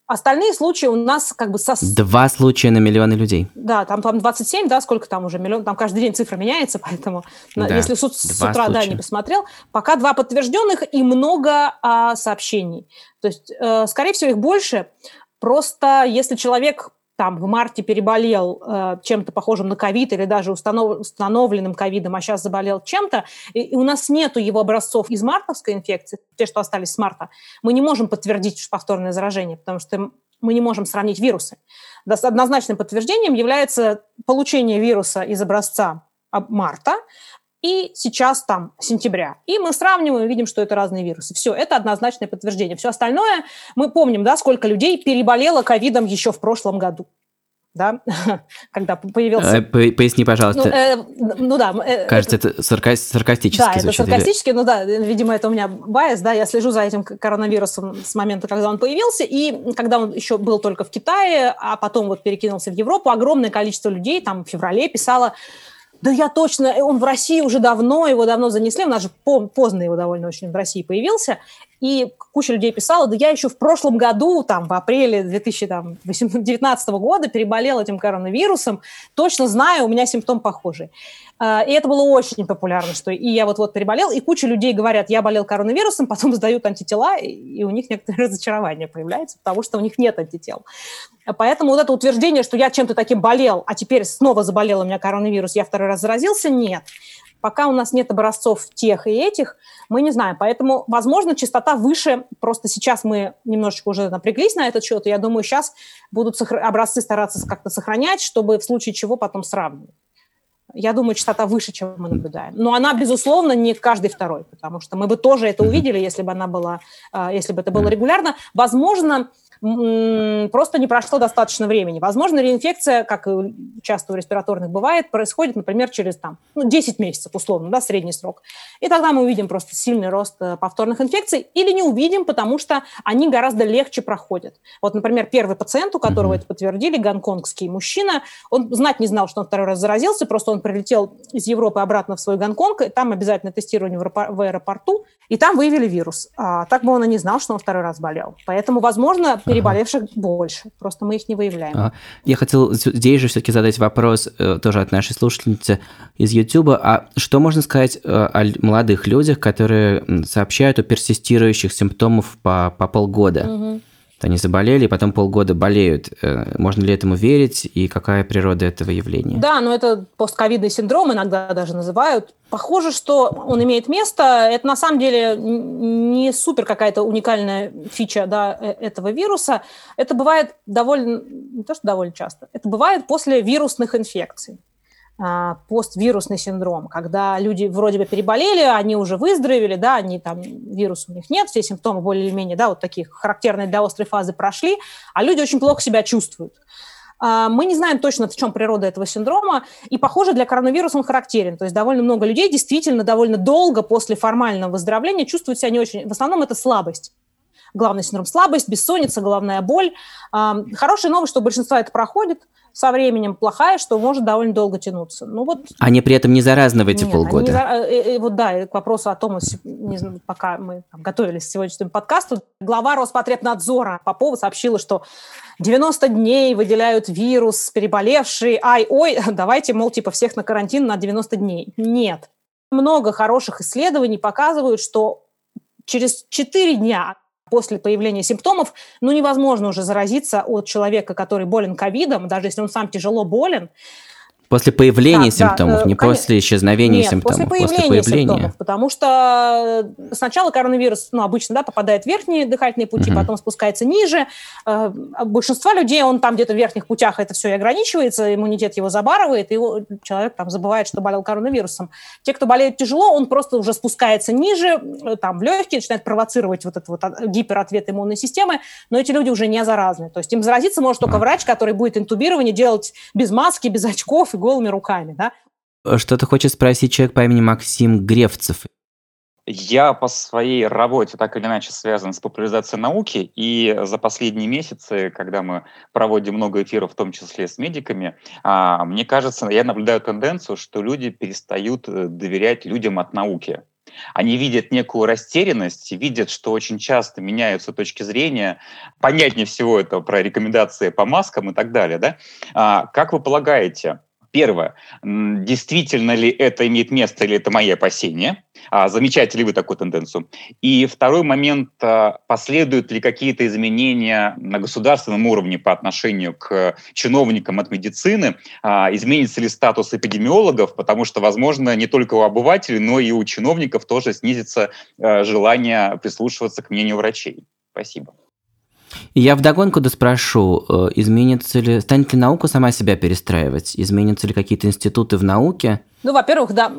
Остальные случаи у нас как бы... Со... Два случая на миллионы людей. Да, там, там двадцать семь, да, сколько там уже, миллион, там каждый день цифра меняется, поэтому да, если с, с утра да, не посмотрел, пока два подтвержденных и много а, сообщений. То есть, э, скорее всего, их больше. Просто если человек там в марте переболел э, чем-то похожим на ковид или даже установ, установленным ковидом, а сейчас заболел чем-то, и, и у нас нету его образцов из мартовской инфекции, те, что остались с марта, мы не можем подтвердить повторное заражение, потому что мы не можем сравнить вирусы. Однозначным подтверждением является получение вируса из образца марта и сейчас там сентября. И мы сравниваем и видим, что это разные вирусы. Все, это однозначное подтверждение. Все остальное, мы помним, да, сколько людей переболело ковидом еще в прошлом году. Да, когда появился... Поясни, пожалуйста. Ну, э, ну да. Э, Кажется, это, это сарка... саркастически да, звучит. Да, это саркастически, ну да, видимо, это у меня байс, да, я слежу за этим коронавирусом с момента, когда он появился, и когда он еще был только в Китае, а потом вот перекинулся в Европу, огромное количество людей там в феврале писало: да я точно, он в России уже давно, его давно занесли, у нас же поздно его довольно очень в России появился, и куча людей писала: да я еще в прошлом году, там, в апреле две тысячи девятнадцатого года переболел этим коронавирусом, точно знаю, у меня симптом похожий. И это было очень популярно, что и я вот-вот переболел, и куча людей говорят: я болел коронавирусом, потом сдают антитела, и у них некоторое разочарование появляется, потому что у них нет антител. Поэтому вот это утверждение, что я чем-то таким болел, а теперь снова заболел у меня коронавирус, я второй раз заразился, нет. Пока у нас нет образцов тех и этих, мы не знаем. Поэтому, возможно, частота выше. Просто сейчас мы немножечко уже напряглись на этот счет, и я думаю, сейчас будут образцы стараться как-то сохранять, чтобы в случае чего потом сравнивать. Я думаю, частота выше, чем мы наблюдаем. Но она, безусловно, не каждый второй, потому что мы бы тоже это увидели, если бы она была, если бы это было регулярно. Возможно, просто не прошло достаточно времени. Возможно, реинфекция, как и часто у респираторных бывает, происходит, например, через там, ну, десять месяцев, условно, да, средний срок. И тогда мы увидим просто сильный рост повторных инфекций или не увидим, потому что они гораздо легче проходят. Вот, например, первый пациент, у которого mm-hmm. это подтвердили, гонконгский мужчина, он знать не знал, что он второй раз заразился, просто он прилетел из Европы обратно в свой Гонконг, и там обязательно тестирование в аэропорту, и там выявили вирус. А так бы он и не знал, что он второй раз болел. Поэтому, возможно, переболевших больше, просто мы их не выявляем. А, я хотел здесь же все-таки задать вопрос э, тоже от нашей слушательницы из Ютуба. А что можно сказать э, о молодых людях, которые сообщают о персистирующих симптомах по, по полгода? Угу. Они заболели, и потом полгода болеют. Можно ли этому верить, и какая природа этого явления? Да, но это постковидный синдром, иногда даже называют. Похоже, что он имеет место. Это на самом деле не супер какая-то уникальная фича, да, этого вируса. Это бывает довольно, не то что довольно часто, это бывает после вирусных инфекций. Поствирусный синдром, когда люди вроде бы переболели, они уже выздоровели, да, они там, вируса у них нет, все симптомы более или менее, да, вот такие характерные для острой фазы прошли, а люди очень плохо себя чувствуют. Мы не знаем точно, в чем природа этого синдрома, и, похоже, для коронавируса он характерен. То есть довольно много людей действительно довольно долго после формального выздоровления чувствуют себя не очень. В основном это слабость. Главный синдром – слабость, бессонница, головная боль. Хорошая новость, что большинство это проходит со временем, плохая, что может довольно долго тянуться. Ну, вот... Они при этом не заразны в эти Нет, полгода? За... И, и, вот да, к вопросу о том, не знаю, пока мы там, готовились к сегодняшнему подкасту, глава Роспотребнадзора Попова сообщила, что девяносто дней выделяют вирус, переболевший, ай-ой, давайте, мол, типа всех на карантин на девяносто дней. Нет. Много хороших исследований показывают, что через четыре дня после появления симптомов, ну, невозможно уже заразиться от человека, который болен ковидом, даже если он сам тяжело болен. После появления да, симптомов, да, не конечно. после исчезновения Нет, симптомов. После появления, после появления симптомов, потому что сначала коронавирус, ну, обычно, да, попадает в верхние дыхательные пути, угу. потом спускается ниже. Большинство людей, он там где-то в верхних путях это все и ограничивается, иммунитет его забарывает, и человек там забывает, что болел коронавирусом. Те, кто болеет тяжело, он просто уже спускается ниже, там, в легкие, начинает провоцировать вот этот вот гиперответ иммунной системы, но эти люди уже не заразны. То есть им заразиться может только врач, который будет интубирование делать без маски, без очков и голыми руками, да? Что-то хочет спросить человек по имени Максим Гревцев. Я по своей работе так или иначе связан с популяризацией науки, и за последние месяцы, когда мы проводим много эфиров, в том числе с медиками, мне кажется, я наблюдаю тенденцию, что люди перестают доверять людям от науки. Они видят некую растерянность, видят, что очень часто меняются точки зрения. Понятнее всего это про рекомендации по маскам и так далее. Да? А, как вы полагаете, первое, действительно ли это имеет место или это мои опасения? А, замечаете ли вы такую тенденцию? И второй момент, а, последуют ли какие-то изменения на государственном уровне по отношению к чиновникам от медицины? А, изменится ли статус эпидемиологов? Потому что, возможно, не только у обывателей, но и у чиновников тоже снизится а, желание прислушиваться к мнению врачей. Спасибо. Я вдогонку доспрошу, изменится ли, станет ли наука сама себя перестраивать? Изменятся ли какие-то институты в науке? Ну, во-первых, да,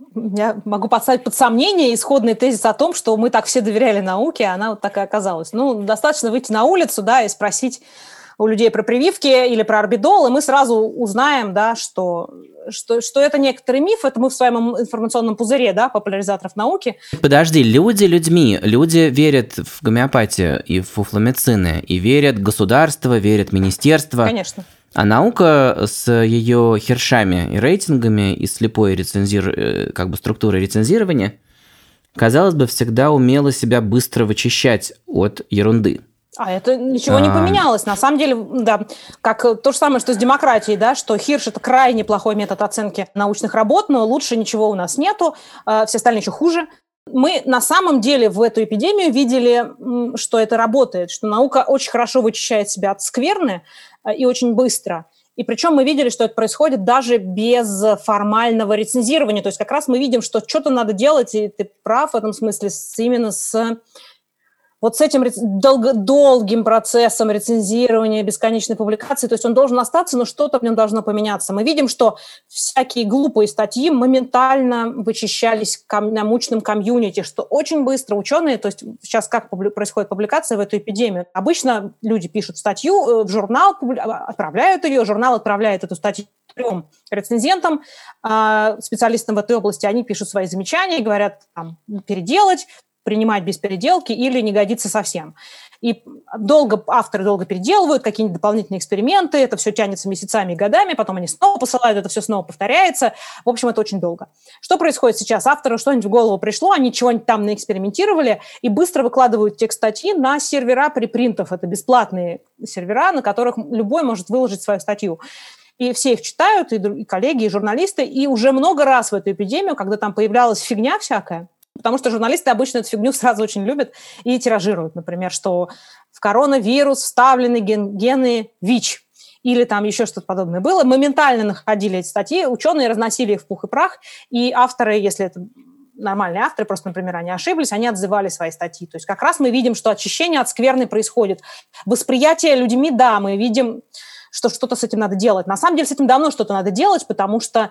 я могу поставить под сомнение исходный тезис о том, что мы так все доверяли науке, а она вот так и оказалась. Ну, достаточно выйти на улицу, да, и спросить у людей про прививки или про орбидол, и мы сразу узнаем, да, что, что, что это некоторый миф, это мы в своем информационном пузыре, да, популяризаторов науки. Подожди, люди людьми, люди верят в гомеопатию и в фуфломицины, и верят в государство, верят в министерство. Конечно. А наука с ее хершами и рейтингами, и слепой рецензир... как бы структурой рецензирования, казалось бы, всегда умела себя быстро вычищать от ерунды. А это ничего не поменялось. На самом деле, да, как то же самое, что с демократией, да, что Хирш – это крайне плохой метод оценки научных работ, но лучше ничего у нас нету, все остальные еще хуже. Мы на самом деле в эту эпидемию видели, что это работает, что наука очень хорошо вычищает себя от скверны и очень быстро. И причем мы видели, что это происходит даже без формального рецензирования. То есть как раз мы видим, что что-то надо делать, и ты прав в этом смысле, именно с... Вот с этим долго, долгим процессом рецензирования, бесконечной публикации, то есть он должен остаться, но что-то в нем должно поменяться. Мы видим, что всякие глупые статьи моментально вычищались ком- научным комьюнити, что очень быстро ученые, то есть сейчас как публи- происходит публикация в эту эпидемию? Обычно люди пишут статью в журнал, публи- отправляют ее, журнал отправляет эту статью трем рецензентам, специалистам в этой области, они пишут свои замечания, говорят, там, переделать, принимать без переделки или не годится совсем. И долго авторы долго переделывают, какие-нибудь дополнительные эксперименты, это все тянется месяцами и годами, потом они снова посылают, это все снова повторяется. В общем, это очень долго. Что происходит сейчас? Автору что-нибудь в голову пришло, они чего-нибудь там наэкспериментировали и быстро выкладывают текст статьи на сервера препринтов. Это бесплатные сервера, на которых любой может выложить свою статью. И все их читают, и коллеги, и журналисты. И уже много раз в эту эпидемию, когда там появлялась фигня всякая, потому что журналисты обычно эту фигню сразу очень любят и тиражируют. Например, что в коронавирус вставлены ген- гены ВИЧ или там еще что-то подобное было. Моментально находили эти статьи, ученые разносили их в пух и прах, и авторы, если это нормальные авторы, просто, например, они ошиблись, они отзывали свои статьи. То есть как раз мы видим, что очищение от скверны происходит. Восприятие людьми, да, мы видим, что что-то с этим надо делать. На самом деле с этим давно что-то надо делать, потому что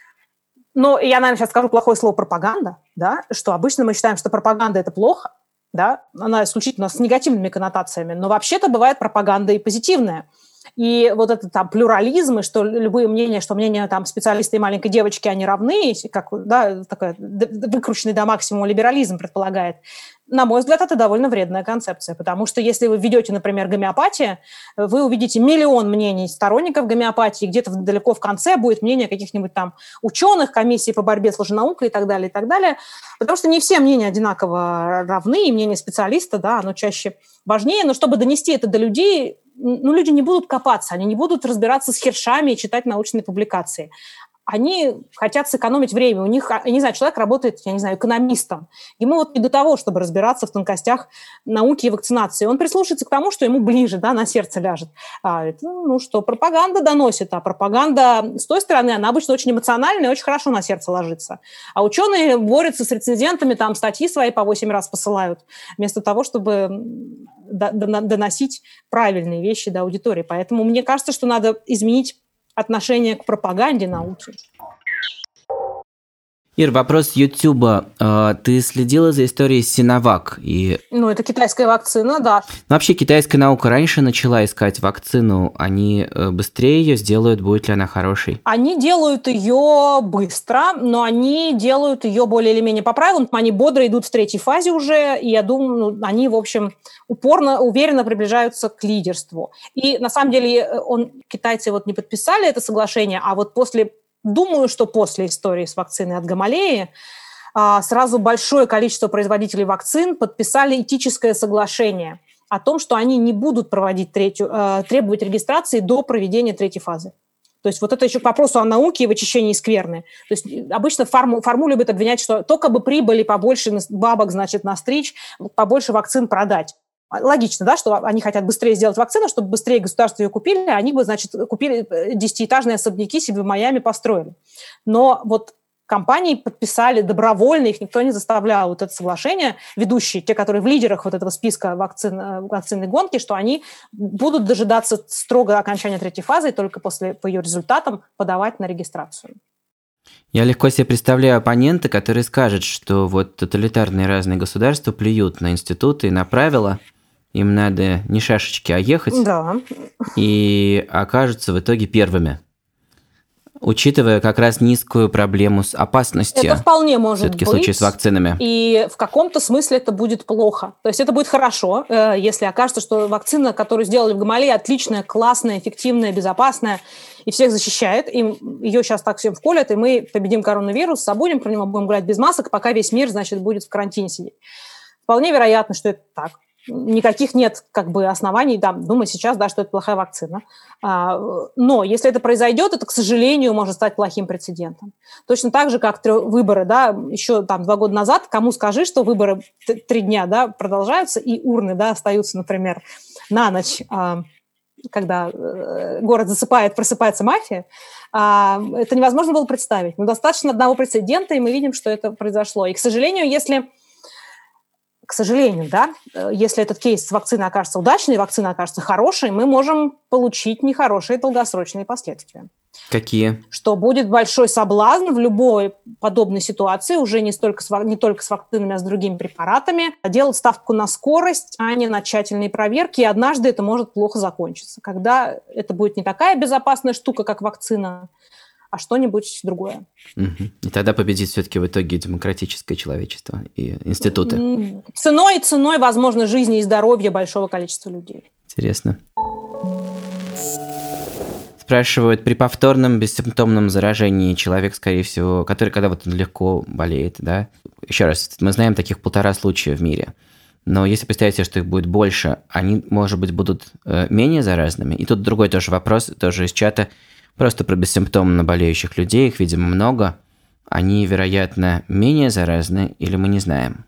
ну, я, наверное, сейчас скажу плохое слово «пропаганда», да, что обычно мы считаем, что пропаганда – это плохо, да, она исключительно с негативными коннотациями, но вообще-то бывает пропаганда и позитивная. И вот этот там плюрализм, и что любые мнения, что мнения там специалиста и маленькой девочки, они равны, как, да, такой выкрученный до максимума либерализм предполагает. На мой взгляд, это довольно вредная концепция, потому что если вы ведете, например, гомеопатию, вы увидите миллион мнений сторонников гомеопатии, где-то далеко в конце будет мнение каких-нибудь там ученых, комиссии по борьбе с лженаукой и так далее, и так далее, потому что не все мнения одинаково равны, и мнение специалиста, да, оно чаще важнее, но чтобы донести это до людей, ну, люди не будут копаться, они не будут разбираться с хершами и читать научные публикации. Они хотят сэкономить время. У них, я не знаю, человек работает, я не знаю, экономистом. Ему вот не до того, чтобы разбираться в тонкостях науки и вакцинации. Он прислушается к тому, что ему ближе, да, на сердце ляжет. А это, ну что, пропаганда доносит, а пропаганда с той стороны, она обычно очень эмоциональная и очень хорошо на сердце ложится. А ученые борются с рецензентами, там статьи свои по восемь раз посылают, вместо того, чтобы доносить правильные вещи до аудитории. Поэтому мне кажется, что надо изменить отношение к пропаганде науки. Ир, вопрос с Ютуба. Ты следила за историей Синовак? И... Ну, это китайская вакцина, да. Вообще, китайская наука раньше начала искать вакцину. Они быстрее ее сделают, будет ли она хорошей? Они делают ее быстро, но они делают ее более или менее по правилам. Они бодро идут в третьей фазе уже, и я думаю, ну, они, в общем, упорно, уверенно приближаются к лидерству. И, на самом деле, он, китайцы вот не подписали это соглашение, а вот после... Думаю, что после истории с вакциной от Гамалеи сразу большое количество производителей вакцин подписали этическое соглашение о том, что они не будут проводить третью, требовать регистрации до проведения третьей фазы. То есть вот это еще к вопросу о науке и вычищении скверны. То есть обычно фарму, фарму любят обвинять, что только бы прибыли побольше бабок, значит, настричь, побольше вакцин продать. Логично, да, что они хотят быстрее сделать вакцину, чтобы быстрее государство ее купили, а они бы, значит, купили десятиэтажные особняки себе в Майами, построили. Но вот компании подписали добровольно, их никто не заставлял, вот это соглашение, ведущие, те, которые в лидерах вот этого списка вакцин, вакцинной гонки, что они будут дожидаться строго окончания третьей фазы и только после, по ее результатам подавать на регистрацию. Я легко себе представляю оппонента, который скажет, что вот тоталитарные разные государства плюют на институты и на правила, им надо не шашечки, а ехать, да. И окажутся в итоге первыми. Учитывая как раз низкую проблему с опасностью. Это вполне может все-таки быть. В случае с вакцинами. И в каком-то смысле это будет плохо. То есть это будет хорошо, если окажется, что вакцина, которую сделали в Гамалее, отличная, классная, эффективная, безопасная и всех защищает. И ее сейчас так всем вколят, и мы победим коронавирус, забудем про него, будем гулять без масок, пока весь мир, значит, будет в карантине сидеть. Вполне вероятно, что это так. Никаких нет как бы оснований да, думать сейчас, да, что это плохая вакцина. Но если это произойдет, это, к сожалению, может стать плохим прецедентом. Точно так же, как выборы, да, еще там два года назад, кому скажи, что выборы три дня да, продолжаются, и урны да, остаются, например, на ночь, когда город засыпает, просыпается мафия, это невозможно было представить. Но достаточно одного прецедента, и мы видим, что это произошло. И, к сожалению, если... К сожалению, да, если этот кейс с вакциной окажется удачной, вакцина окажется хорошей, мы можем получить нехорошие долгосрочные последствия. Какие? Что будет большой соблазн в любой подобной ситуации, уже не, столько с, не только с вакцинами, а с другими препаратами, делать ставку на скорость, а не на тщательные проверки, и однажды это может плохо закончиться, когда это будет не такая безопасная штука, как вакцина, а что-нибудь другое. Угу. И тогда победит все-таки в итоге демократическое человечество и институты. Ценой, ценой, возможно, жизни и здоровья большого количества людей. Интересно. Спрашивают, при повторном бессимптомном заражении человек, скорее всего, который когда вот он легко болеет, да? Еще раз, мы знаем таких полтора случая в мире. Но если представить себе, что их будет больше, они, может быть, будут э, менее заразными. И тут другой тоже вопрос, тоже из чата. Просто про бессимптомно болеющих людей, их, видимо, много. Они, вероятно, менее заразны или мы не знаем?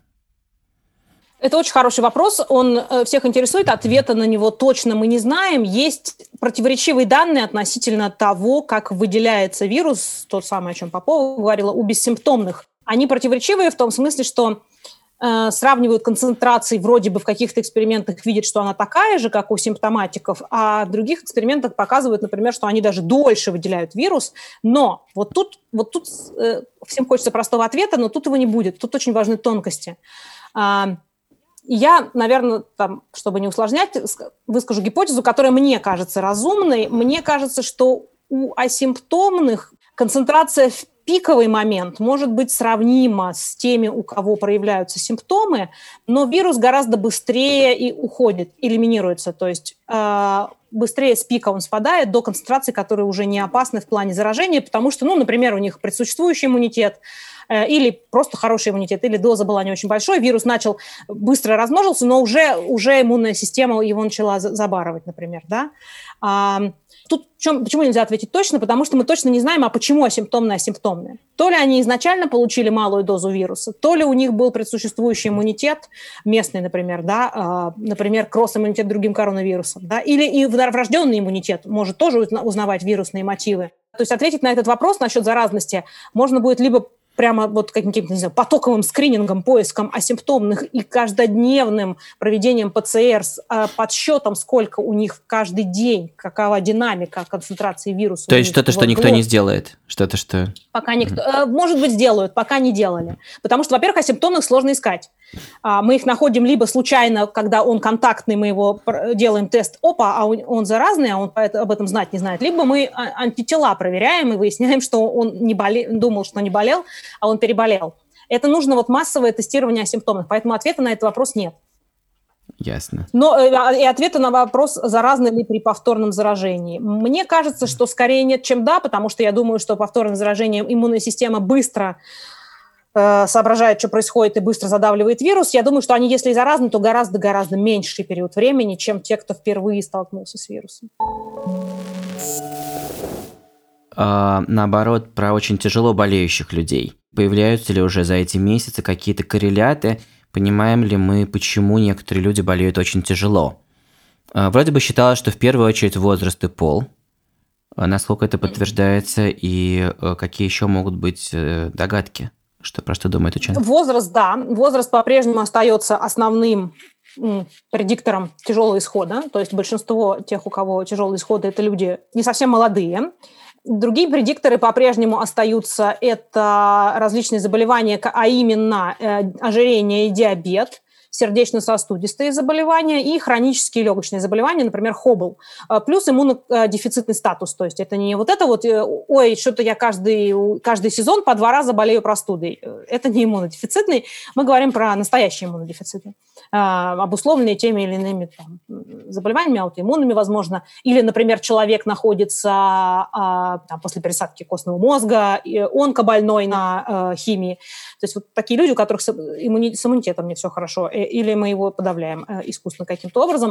Это очень хороший вопрос. Он всех интересует. Ответа на него точно мы не знаем. Есть противоречивые данные относительно того, как выделяется вирус, то самое, о чем Попова говорила, у бессимптомных. Они противоречивые в том смысле, что э, сравнивают концентрации вроде бы в каких-то экспериментах, видят, что она такая же, как у симптоматиков, а в других экспериментах показывают, например, что они даже дольше выделяют вирус. Но вот тут, вот тут э, всем хочется простого ответа, но тут его не будет. Тут очень важны тонкости. Э, я, наверное, там, чтобы не усложнять, выскажу гипотезу, которая мне кажется разумной. Мне кажется, что у асимптомных концентрация в пиковый момент может быть сравнима с теми, у кого проявляются симптомы, но вирус гораздо быстрее и уходит, элиминируется. То есть э, быстрее с пика он спадает до концентрации, которые уже не опасны в плане заражения, потому что, ну, например, у них предсуществующий иммунитет, или просто хороший иммунитет, или доза была не очень большой, вирус начал быстро размножился, но уже, уже иммунная система его начала забарывать, например. Да? А, тут чем, почему нельзя ответить точно? Потому что мы точно не знаем, а почему асимптомные асимптомные. То ли они изначально получили малую дозу вируса, то ли у них был предсуществующий иммунитет, местный, например, да, а, например, кросс-иммунитет другим коронавирусом, да? Или и врожденный иммунитет может тоже узнавать вирусные мотивы. То есть ответить на этот вопрос насчет заразности можно будет либо прямо вот каким-то, не знаю, потоковым скринингом, поиском асимптомных и каждодневным проведением ПЦР с э, подсчетом, сколько у них каждый день, какова динамика концентрации вируса. То есть что-то, что никто не сделает? Что-то, что... Пока никто... Mm-hmm. Может быть, сделают, пока не делали. Потому что, во-первых, асимптомных сложно искать. Мы их находим либо случайно, когда он контактный, мы его делаем тест, опа, а он заразный, а он об этом знать не знает. Либо мы антитела проверяем и выясняем, что он не болел, думал, что не болел, а он переболел. Это нужно вот массовое тестирование асимптомных, поэтому ответа на этот вопрос нет. Ясно. Но и ответа на вопрос, заразны ли при повторном заражении. Мне кажется, что скорее нет, чем да, потому что я думаю, что повторным заражением иммунная система быстро э, соображает, что происходит, и быстро задавливает вирус. Я думаю, что они, если и заразны, то гораздо-гораздо меньший период времени, чем те, кто впервые столкнулся с вирусом. А, наоборот, про очень тяжело болеющих людей. Появляются ли уже за эти месяцы какие-то корреляты? Понимаем ли мы, почему некоторые люди болеют очень тяжело? А, вроде бы считалось, что в первую очередь возраст и пол. А насколько это подтверждается, и какие еще могут быть догадки? Что, про что думает ученый? Возраст, да. Возраст по-прежнему остается основным предиктором тяжелого исхода. То есть большинство тех, у кого тяжелые исходы, это люди не совсем молодые. Другие предикторы по-прежнему остаются. Это различные заболевания, а именно ожирение и диабет, сердечно-сосудистые заболевания и хронические легочные заболевания, например, Хоббл. Плюс иммунодефицитный статус. То есть это не вот это вот, ой, что-то я каждый, каждый сезон по два раза болею простудой. Это не иммунодефицитный. Мы говорим про настоящие иммунодефициты, обусловленные теми или иными там, заболеваниями, аутоиммунными, возможно. Или, например, человек находится там, после пересадки костного мозга, онкобольной на химии. То есть вот такие люди, у которых с иммунитетом не все хорошо, или мы его подавляем искусственно каким-то образом,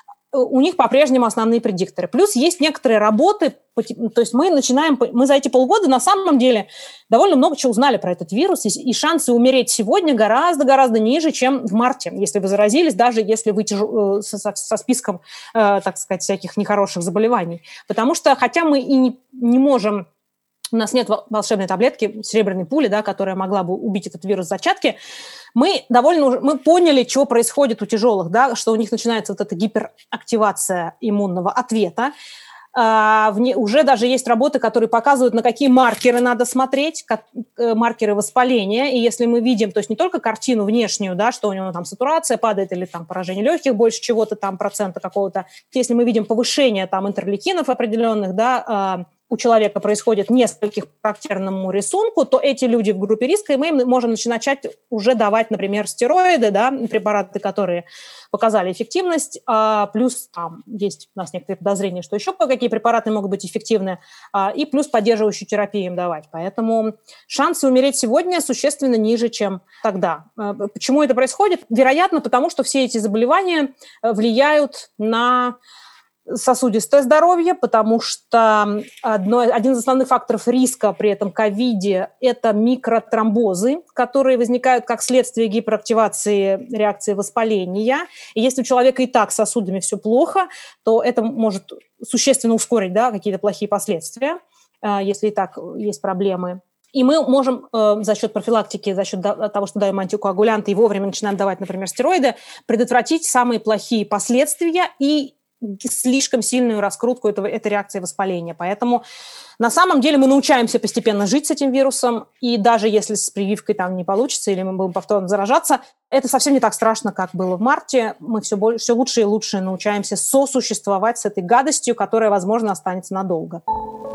у них по-прежнему основные предикторы. Плюс есть некоторые работы, то есть мы начинаем, мы за эти полгода на самом деле довольно много чего узнали про этот вирус, и шансы умереть сегодня гораздо-гораздо ниже, чем в марте, если вы заразились, даже если вы тяж... со, со списком, так сказать, всяких нехороших заболеваний. Потому что, хотя мы и не, не можем... У нас нет волшебной таблетки, серебряной пули, да, которая могла бы убить этот вирус в зачатке. Мы довольно мы поняли, что происходит у тяжелых, да, что у них начинается вот эта гиперактивация иммунного ответа. А, в не, уже даже есть работы, которые показывают, на какие маркеры надо смотреть, как, э, маркеры воспаления. И если мы видим, то есть не только картину внешнюю, да, что у него там сатурация падает или там поражение легких больше чего-то там процента какого-то. Если мы видим повышение там интерлейкинов определенных, да, э, у человека происходит нескольких по характерному рисунку, то эти люди в группе риска, и мы им можем начинать уже давать, например, стероиды, да, препараты, которые показали эффективность, а, плюс там есть у нас некоторые подозрения, что еще какие препараты могут быть эффективны, а, и плюс поддерживающую терапию им давать. Поэтому шансы умереть сегодня существенно ниже, чем тогда. А, почему это происходит? Вероятно, потому что все эти заболевания влияют на сосудистое здоровье, потому что одно, один из основных факторов риска при этом ковиде – это микротромбозы, которые возникают как следствие гиперактивации реакции воспаления. И если у человека и так с сосудами все плохо, то это может существенно ускорить, да, какие-то плохие последствия, если и так есть проблемы. И мы можем э, за счет профилактики, за счет того, что даем антикоагулянты и вовремя начинаем давать, например, стероиды, предотвратить самые плохие последствия и слишком сильную раскрутку этого, этой реакции воспаления. Поэтому на самом деле мы научаемся постепенно жить с этим вирусом, и даже если с прививкой там не получится или мы будем повторно заражаться, это совсем не так страшно, как было в марте. Мы все, больше, все лучше и лучше научаемся сосуществовать с этой гадостью, которая, возможно, останется надолго.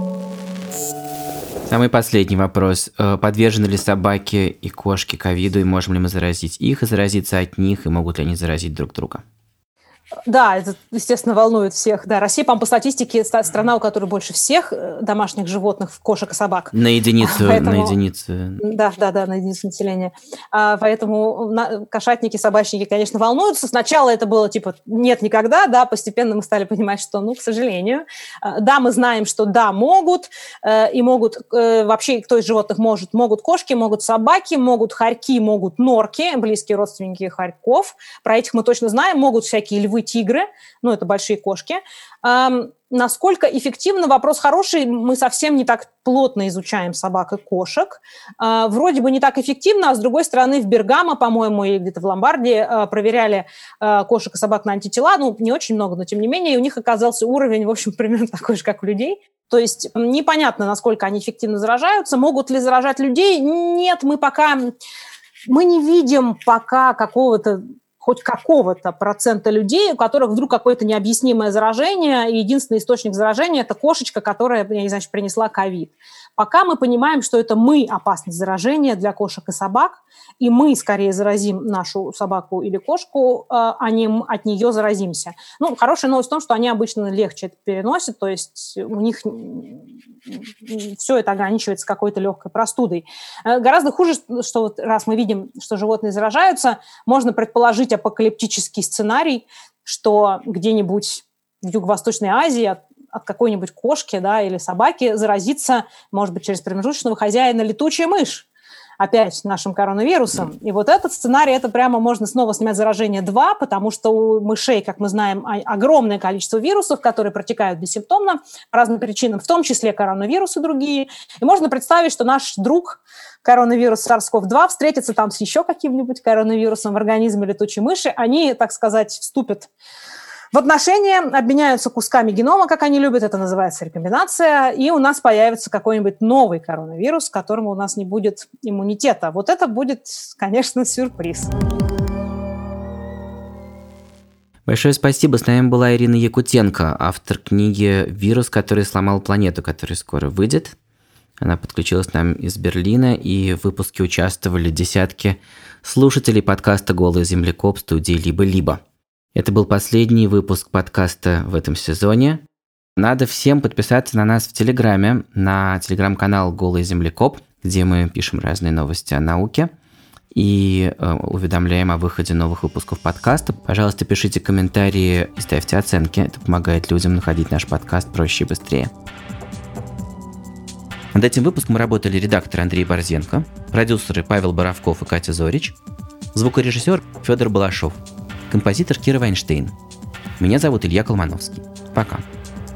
Самый последний вопрос. Подвержены ли собаки и кошки ковиду, и можем ли мы заразить их, и заразиться от них, и могут ли они заразить друг друга? Да, это, естественно, волнует всех. Да, Россия, по-моему, по статистике, страна, у которой больше всех домашних животных, кошек и собак. На единицу, Поэтому... на единицу. Да, да, да, на единицу населения. А, поэтому на... кошатники, собачники, конечно, волнуются. Сначала это было типа нет никогда, да, постепенно мы стали понимать, что, ну, к сожалению. Да, мы знаем, что да, могут, и могут, вообще, кто из животных может, могут кошки, могут собаки, могут хорьки, могут норки, близкие родственники хорьков. Про этих мы точно знаем. Могут всякие львы, тигры, ну, это большие кошки. Эм, насколько эффективно? Вопрос хороший. Мы совсем не так плотно изучаем собак и кошек. Э, вроде бы не так эффективно, а с другой стороны в Бергамо, по-моему, или где-то в Ломбардии э, проверяли э, кошек и собак на антитела. Ну, не очень много, но тем не менее. И у них оказался уровень, в общем, примерно такой же, как у людей. То есть непонятно, насколько они эффективно заражаются. Могут ли заражать людей? Нет, мы пока... Мы не видим пока какого-то хоть какого-то процента людей, у которых вдруг какое-то необъяснимое заражение, и единственный источник заражения – это кошечка, которая, я не знаю, принесла ковид. Пока мы понимаем, что это мы опасность заражения для кошек и собак, и мы скорее заразим нашу собаку или кошку, а не от нее заразимся. Ну, хорошая новость в том, что они обычно легче это переносят, то есть у них все это ограничивается какой-то легкой простудой. Гораздо хуже, что вот раз мы видим, что животные заражаются, можно предположить апокалиптический сценарий, что где-нибудь в Юго-Восточной Азии от, от какой-нибудь кошки, да, или собаки заразится, может быть, через промежуточного хозяина летучая мышь, опять нашим коронавирусом. И вот этот сценарий, это прямо можно снова снимать заражение два, потому что у мышей, как мы знаем, огромное количество вирусов, которые протекают бессимптомно по разным причинам, в том числе коронавирус и другие. И можно представить, что наш друг коронавирус сарс ков два встретится там с еще каким-нибудь коронавирусом в организме летучей мыши. Они, так сказать, вступят в отношения, обменяются кусками генома, как они любят, это называется рекомбинация, и у нас появится какой-нибудь новый коронавирус, к которому у нас не будет иммунитета. Вот это будет, конечно, сюрприз. Большое спасибо. С нами была Ирина Якутенко, автор книги «Вирус, который сломал планету», которая скоро выйдет. Она подключилась к нам из Берлина, и в выпуске участвовали десятки слушателей подкаста «Голый землекоп» студии «Либо-либо». Это был последний выпуск подкаста в этом сезоне. Надо всем подписаться на нас в Телеграме, на телеграм-канал «Голый землекоп», где мы пишем разные новости о науке и э, уведомляем о выходе новых выпусков подкаста. Пожалуйста, пишите комментарии и ставьте оценки. Это помогает людям находить наш подкаст проще и быстрее. Над этим выпуском работали редактор Андрей Борзенко, продюсеры Павел Боровков и Катя Зорич, звукорежиссер Федор Балашов, композитор Кира Вайнштейн. Меня зовут Илья Колмановский. Пока.